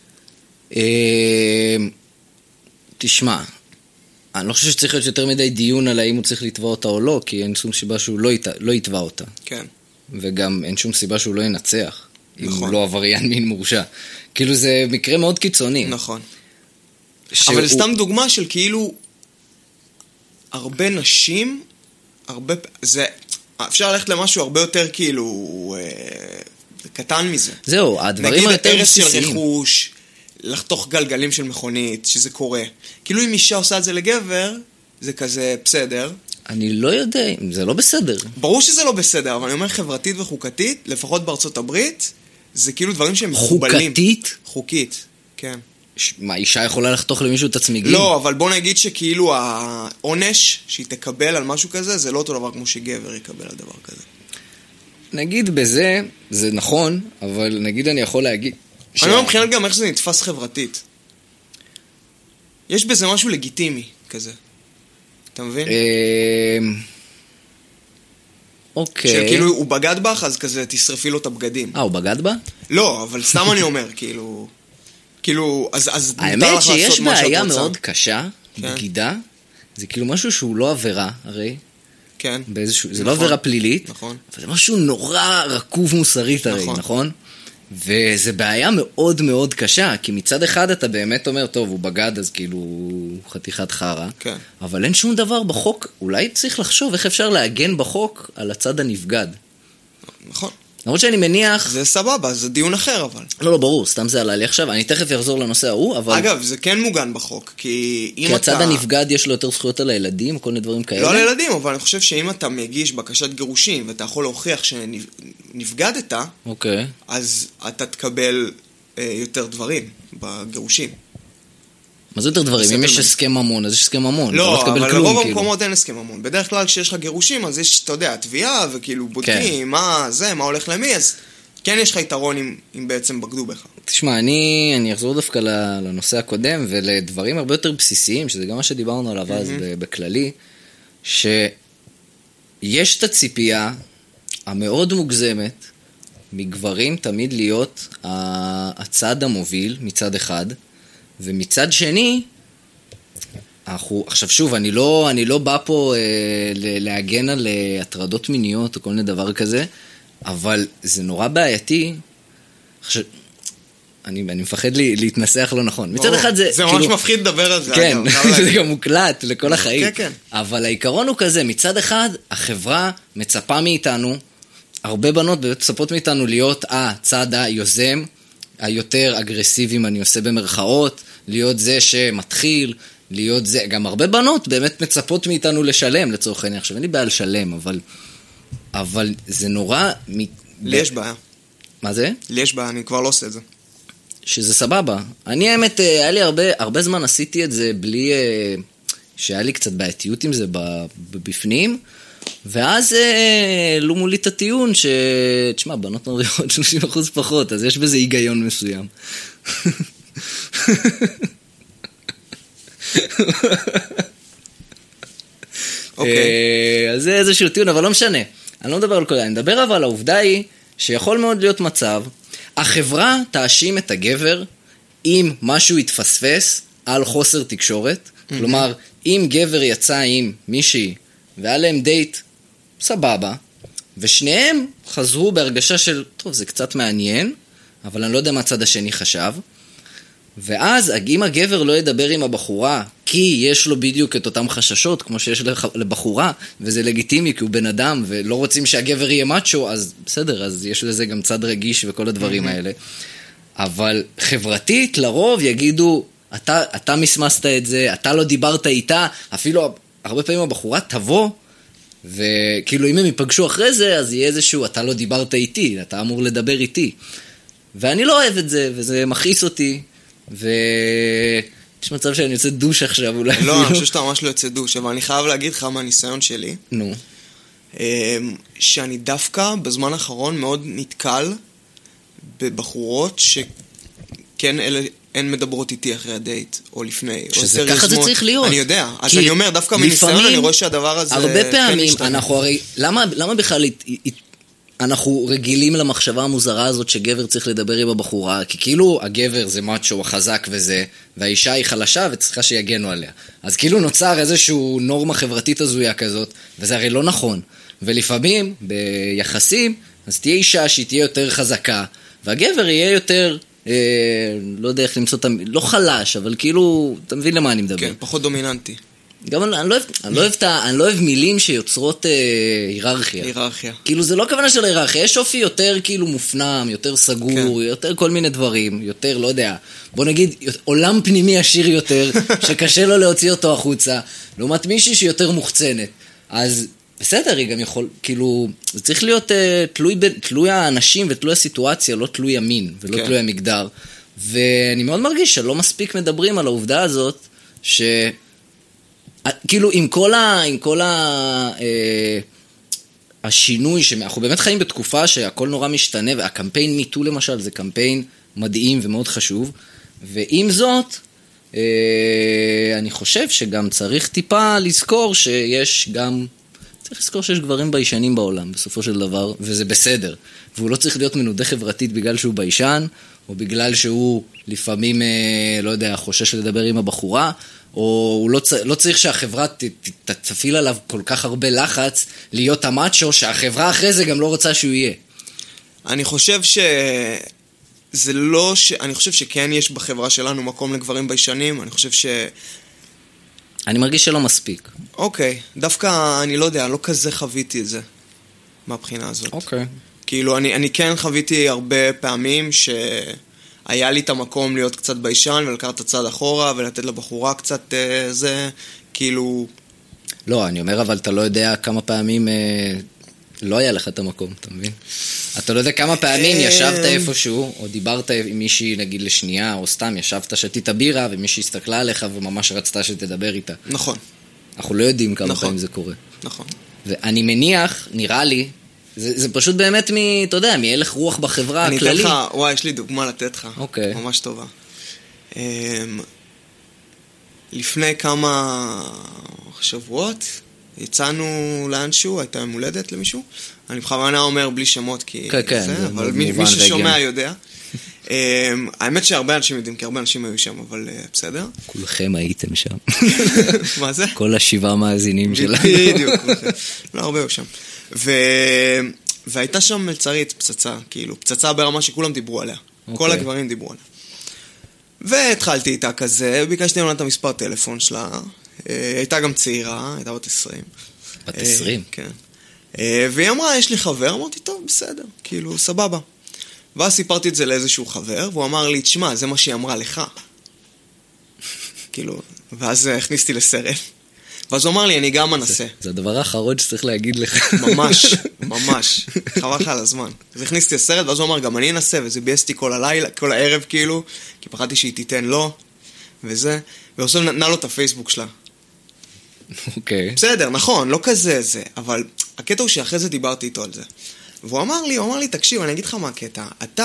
תשמע, אני לא חושב שצריך להיות יותר מדי דיון על האם הוא צריך לתבוע אותה או לא, כי אין שום סיבה שהוא לא יתבע אותה. כן. וגם אין שום סיבה שהוא לא ינצח, נכון. אם הוא לא עבריין מין מורשע. כאילו זה מקרה מאוד קיצוני. נכון. אבל סתם דוגמה של כאילו, הרבה נשים, אפשר ללכת למשהו הרבה יותר כאילו, קטן מזה. זהו, הדברים היותר בסיסיים. נגיד הרס של רכוש, לחתוך גלגלים של מכונית, שזה קורה. כאילו אם אישה עושה את זה לגבר, זה כזה בסדר. אני לא יודע, זה לא בסדר. ברור שזה לא בסדר, אבל אני אומר חברתית וחוקתית, לפחות בארצות הברית, זה כאילו דברים שהם מחובלים. חוקתית? חוקית, כן. מה, אישה יכולה לחתוך למישהו את הצמיגים? לא, אבל בוא נגיד שכאילו העונש שהיא תקבל על משהו כזה, זה לא אותו דבר כמו שגבר יקבל על דבר כזה. נגיד בזה, זה נכון, אבל נגיד אני יכול להגיד... אני אומר מבחינת גם איך שזה נתפס חברתית. יש בזה משהו לגיטימי כזה. אתה מבין? אוקיי. שכאילו הוא בגד בך, אז כזה תשרפי לו את הבגדים. הוא בגד בה? לא, אבל סתם אני אומר, כאילו, אז האמת שיש בעיה מאוד קשה, בגידה, זה כאילו משהו שהוא לא עבירה, הרי. כן. זה לא עבירה פלילית, נכון. אבל זה משהו נורא רקוב מוסרית הרי, נכון? וזה בעיה מאוד מאוד קשה, כי מצד אחד אתה באמת אומר, טוב, הוא בגד, אז כאילו הוא חתיכת חרה, כן. אבל אין שום דבר בחוק, אולי צריך לחשוב איך אפשר להגן בחוק על הצד הנפגד. נכון. למרות שאני מניח... זה סבבה, זה דיון אחר אבל. לא, ברור, סתם זה עלה לי עכשיו, אני תכף אחזור לנושא ההוא, אבל... אגב, זה כן מוגן בחוק, כי אם אתה... כי הצד הנפגד יש לו יותר זכויות על הילדים, כל מיני דברים כאלה. לא על הילדים, אבל אני חושב שאם אתה מגיש בקשת גירושים, ואתה יכול להוכיח שנפגדת, אוקיי. אז אתה תקבל יותר דברים בגירושים. מה זה יותר דברים? אם יש הסכם ממון, אז יש הסכם ממון. לא, אבל לרוב המקומות אין הסכם ממון. בדרך כלל כשיש לך גירושים, אז יש, אתה יודע, תביעה, וכאילו בודקים, מה זה, מה הולך למי, אז כן יש לך יתרון אם בעצם בגדו בך. תשמע, אני אחזור דווקא לנושא הקודם, ולדברים הרבה יותר בסיסיים, שזה גם מה שדיברנו עליו אז בכללי, שיש את הציפייה המאוד מוגזמת, מגברים תמיד להיות הצד המוביל מצד אחד, ומצד שני, עכשיו שוב, אני לא בא פה להגן על הטרדות מיניות או כל מיני דבר כזה, אבל זה נורא בעייתי. אני מפחד להתנסח לא נכון. מצד אחד זה ממש מפחיד לדבר על זה. כן, זה גם מוקלט לכל החיים. כן, כן. אבל העיקרון הוא כזה, מצד אחד, החברה מצפה מאיתנו, הרבה בנות מצפות מאיתנו להיות הצד היוזם, היותר אגרסיביים אני עושה במרכאות, להיות זה שמתחיל, להיות זה, גם הרבה בנות באמת מצפות מאיתנו לשלם לצורך העניין, עכשיו אין לי בעיה לשלם, אבל זה נורא... לי יש בעיה. מה זה? לי יש בעיה, אני כבר לא עושה את זה. שזה סבבה. אני האמת, היה לי הרבה זמן עשיתי את זה בלי... שהיה לי קצת בעייתיות עם זה בפנים, ואז לא מולי את הטיעון תשמע, בנות מרוויחות 30% פחות, אז יש בזה היגיון מסוים. אז זה איזשהו טיעון, אבל לא משנה. אני לא מדבר על כל זה, אני מדבר אבל, העובדה היא שיכול מאוד להיות מצב, החברה תאשים את הגבר אם משהו יתפספס על חוסר תקשורת, כלומר, אם גבר יצא עם מישהי והיה להם דייט סבבה, ושניהם חזרו בהרגשה של, טוב, זה קצת מעניין, אבל אני לא יודע מה הצד השני חשב, ואז אם הגבר לא ידבר עם הבחורה, כי יש לו בדיוק את אותם חששות, כמו שיש לבחורה, וזה לגיטימי, כי הוא בן אדם, ולא רוצים שהגבר יהיה מאצ'ו, אז בסדר, אז יש לזה גם צד רגיש וכל הדברים האלה. אבל חברתית, לרוב יגידו, אתה מסמסת את זה, אתה לא דיברת איתה, אפילו הרבה פעמים הבחורה תבוא, וכאילו אם הם ייפגשו אחרי זה, אז יהיה איזשהו, אתה לא דיברת איתי, אתה אמור לדבר איתי. ואני לא אוהב את זה, וזה מכעיס אותי, יש מצב שאני יוצא דוש עכשיו אולי. לא, אני חושב שאתה ממש לא יוצא דוש, אבל אני חייב להגיד לך מהניסיון שלי. נו. שאני דווקא בזמן האחרון מאוד נתקל בבחורות שכן הן מדברות איתי אחרי הדייט, או לפני. שזה ככה זה צריך להיות. אני יודע. אז אני אומר, דווקא מניסיון אני רואה שהדבר הזה הרבה פעמים אנחנו הרי, למה בכלל אנחנו רגילים למחשבה המוזרה הזאת שגבר צריך לדבר עם הבחורה, כי כאילו הגבר זה מאצ'ו חזק וזה, והאישה היא חלשה וצריכה שיגנו עליה. אז כאילו נוצר איזשהו נורמה חברתית הזויה כזאת, וזה הרי לא נכון. ולפעמים ביחסים, אז תהיה אישה שהיא תהיה יותר חזקה, והגבר יהיה יותר, לא יודע איך למצוא, לא חלש, אבל כאילו, אתה מבין למה אני מדבר. כן, פחות דומיננטי. גם אני לא אוהב מילים שיוצרות היררכיה. היררכיה. כאילו זה לא הכוונה של היררכיה, יש אופי יותר כאילו מופנם, יותר סגור, יותר כל מיני דברים, יותר, לא יודע, בוא נגיד, עולם פנימי עשיר יותר, שקשה לו להוציא אותו החוצה, לעומת מישהי שיותר מוחצנת. אז בסדר, היא גם יכול, כאילו, זה צריך להיות תלוי האנשים ותלוי הסיטואציה, לא תלוי המין ולא תלוי המגדר. ואני מאוד מרגיש שלא מספיק מדברים על העובדה הזאת, כאילו עם כל השינוי שאנחנו באמת חיים בתקופה שהכל נורא משתנה, והקמפיין מיטו למשל זה קמפיין מדהים ומאוד חשוב, ועם זאת אני חושב שגם צריך טיפה לזכור שיש גברים ביישנים בעולם בסופו של דבר, וזה בסדר, והוא לא צריך להיות מנודה חברתית בגלל שהוא ביישן, או בגלל שהוא לפעמים, לא יודע, חושש לדבר עם הבחורה, או הוא לא צריך שהחברה תפעיל עליו כל כך הרבה לחץ להיות המאצ'ו, שהחברה אחרי זה גם לא רוצה שהוא יהיה. אני חושב אני חושב שכן יש בחברה שלנו מקום לגברים ביישנים, אני חושב אני מרגיש שלא מספיק. אוקיי, דווקא אני לא יודע, לא כזה חוויתי את זה מהבחינה הזאת. אוקיי. כאילו, אני כן חוויתי הרבה פעמים שהיה לי את המקום להיות קצת ביישן ולקחת את הצד אחורה ולתת לבחורה קצת זה, כאילו... לא, אני אומר, אבל אתה לא יודע כמה פעמים לא היה לך את המקום, אתה מבין? אתה לא יודע כמה פעמים ישבת איפשהו, או דיברת עם מישהי נגיד לשנייה, או סתם ישבת שתית בירה, ומישהי הסתכלה עליך וממש רצתה שתדבר איתה. נכון. אנחנו לא יודעים כמה פעמים זה קורה. נכון. ואני מניח, נראה לי, זה פשוט באמת אתה יודע, מהלך רוח בחברה הכללית. אני אתן לך, וואי, יש לי דוגמה לתת לך. אוקיי. ממש טובה. לפני כמה שבועות, יצאנו לאנשהו, הייתה יום הולדת למישהו. אני בכוונה אומר בלי שמות, כי זה, אבל מי ששומע יודע. האמת שהרבה אנשים יודעים, כי הרבה אנשים היו שם, אבל בסדר. כולכם הייתם שם. מה זה? כל 7 מאזינים שלנו. בדיוק, כולכם. לא, הרבה היו שם. והייתה שם מלצרית, פצצה, כאילו, פצצה ברמה שכולם דיברו עליה. כל הגברים דיברו עליה. והתחלתי איתה כזה, ביקשתי ממנה את המספר טלפון שלה. הייתה גם צעירה, הייתה בת 20. בת 20? כן. והיא אמרה, יש לי חבר, אמרתי, טוב, בסדר, כאילו, סבבה. ואז סיפרתי את זה לאיזשהו חבר, והוא אמר לי, תשמע, זה מה שהיא אמרה לך. כאילו, ואז הכניסתי לסרט. ואז הוא אמר לי, אני גם אנסה. זה הדבר האחרון שצריך להגיד לך. ממש, ממש. חבל לך על הזמן. אז הכניסתי לסרט, ואז הוא אמר, גם אני אנסה, וזה בייסתי כל הלילה, כל הערב כאילו, כי פחדתי שהיא תיתן לו, וזה. ועושה נתנה לו את הפייסבוק שלה. אוקיי. בסדר, נכון, לא כזה זה, אבל הקטע הוא שאחרי זה דיברתי איתו על זה. והוא אמר לי, תקשיב, אני אגיד לך מה הקטע.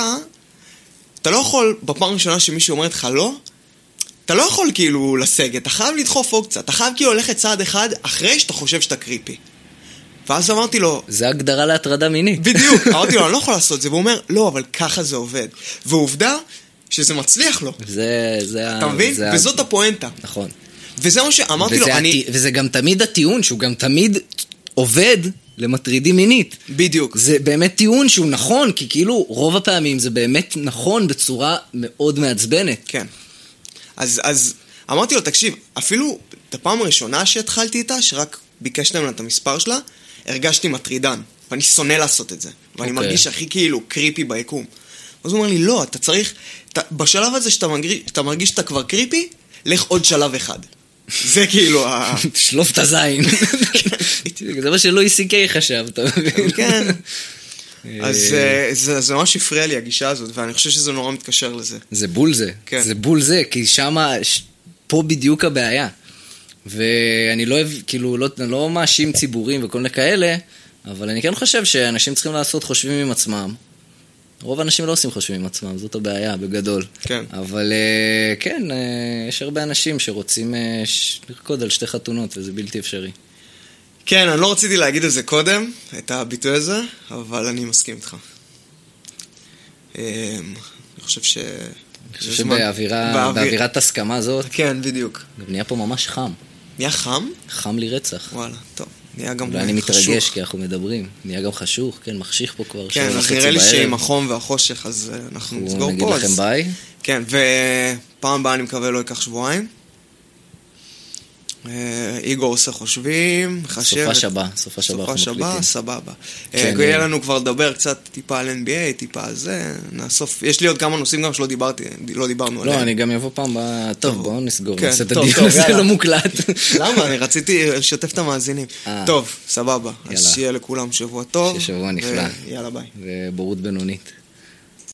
אתה לא יכול, בפעם ראשונה שמישהו אומר לך לא, אתה לא יכול כאילו לסגת, אתה חייב לדחוף עוד קצת, אתה חייב כאילו ללכת צעד אחד אחרי שאתה חושב שאתה קריפי. ואז אמרתי לו... זה הגדרה להטרדה מינית. בדיוק, אמרתי לו, אני לא יכול לעשות את זה, והוא אומר, לא, אבל ככה זה עובד. ועובדה שזה מצליח לו. אתה מבין? וזאת הפואנטה. נכון. וזה מה שאמרתי לו, וזה גם תמיד הטיעון, שהוא גם תמיד עובד למטרידים מינית. בדיוק. זה באמת טיעון שהוא נכון, כי כאילו רוב הפעמים זה באמת נכון בצורה מאוד מעצבנת. כן. אז אמרתי לו, תקשיב, אפילו את הפעם הראשונה שהתחלתי איתה, שרק ביקשתי ממנה את המספר שלה, הרגשתי מטרידן, ואני שונא לעשות את זה. ואני מרגיש הכי כאילו קריפי ביקום. אז הוא אומר לי, לא, אתה צריך, בשלב הזה שאתה מרגיש שאתה כבר קריפי, לך עוד שלב אחד. זה כאילו שלוף את הזין. זה מה שלואי סי-קיי חשב, אתה מבין? כן. אז זה ממש הפריע לי הגישה הזאת, ואני חושב שזה נורא מתקשר לזה. זה בול זה. זה בול זה, כי שמה, פה בדיוק הבעיה. ואני לא, כאילו, לא מאשים ציבורים וכל מיני כאלה, אבל אני כן חושב שאנשים צריכים לעשות חושבים עם עצמם. רוב האנשים לא עושים חושבים עם עצמם, זאת הבעיה, בגדול. כן. אבל כן, יש הרבה אנשים שרוצים לרקוד על שתי חתונות, וזה בלתי אפשרי. כן, אני לא רציתי להגיד את זה קודם, את הביטוי הזה, אבל אני מסכים איתך. אני חושב ש... אני חושב שבאווירת הסכמה הזאת... כן, בדיוק. נהיה פה ממש חם. נהיה חם? חם לי רצח. וואלה, טוב. נהיה גם חשוך. אולי אני מתרגש כי אנחנו מדברים. נהיה גם חשוך, כן, מחשיך פה כבר. כן, אז נראה לי שעם החום והחושך, אז אנחנו נסגור פה. נגיד לכם ביי. כן, ופעם הבאה אני מקווה לא ייקח שבועיים. איגור עושה חושבים, חשב... סופה שבה, סבבה. יהיה לנו כבר לדבר קצת טיפה על NBA, טיפה על זה, נאסוף... יש לי עוד כמה נושאים גם שלא דיברנו עליהם. לא, אני גם יבוא פעם טוב, בואו נסגור, נעשה את הדיון הזה לא מוקלט. למה? אני רציתי לשתף את המאזינים. טוב, סבבה. אז שיהיה לכולם שבוע טוב. שבוע נפלא. יאללה ביי. ובורות בינונית.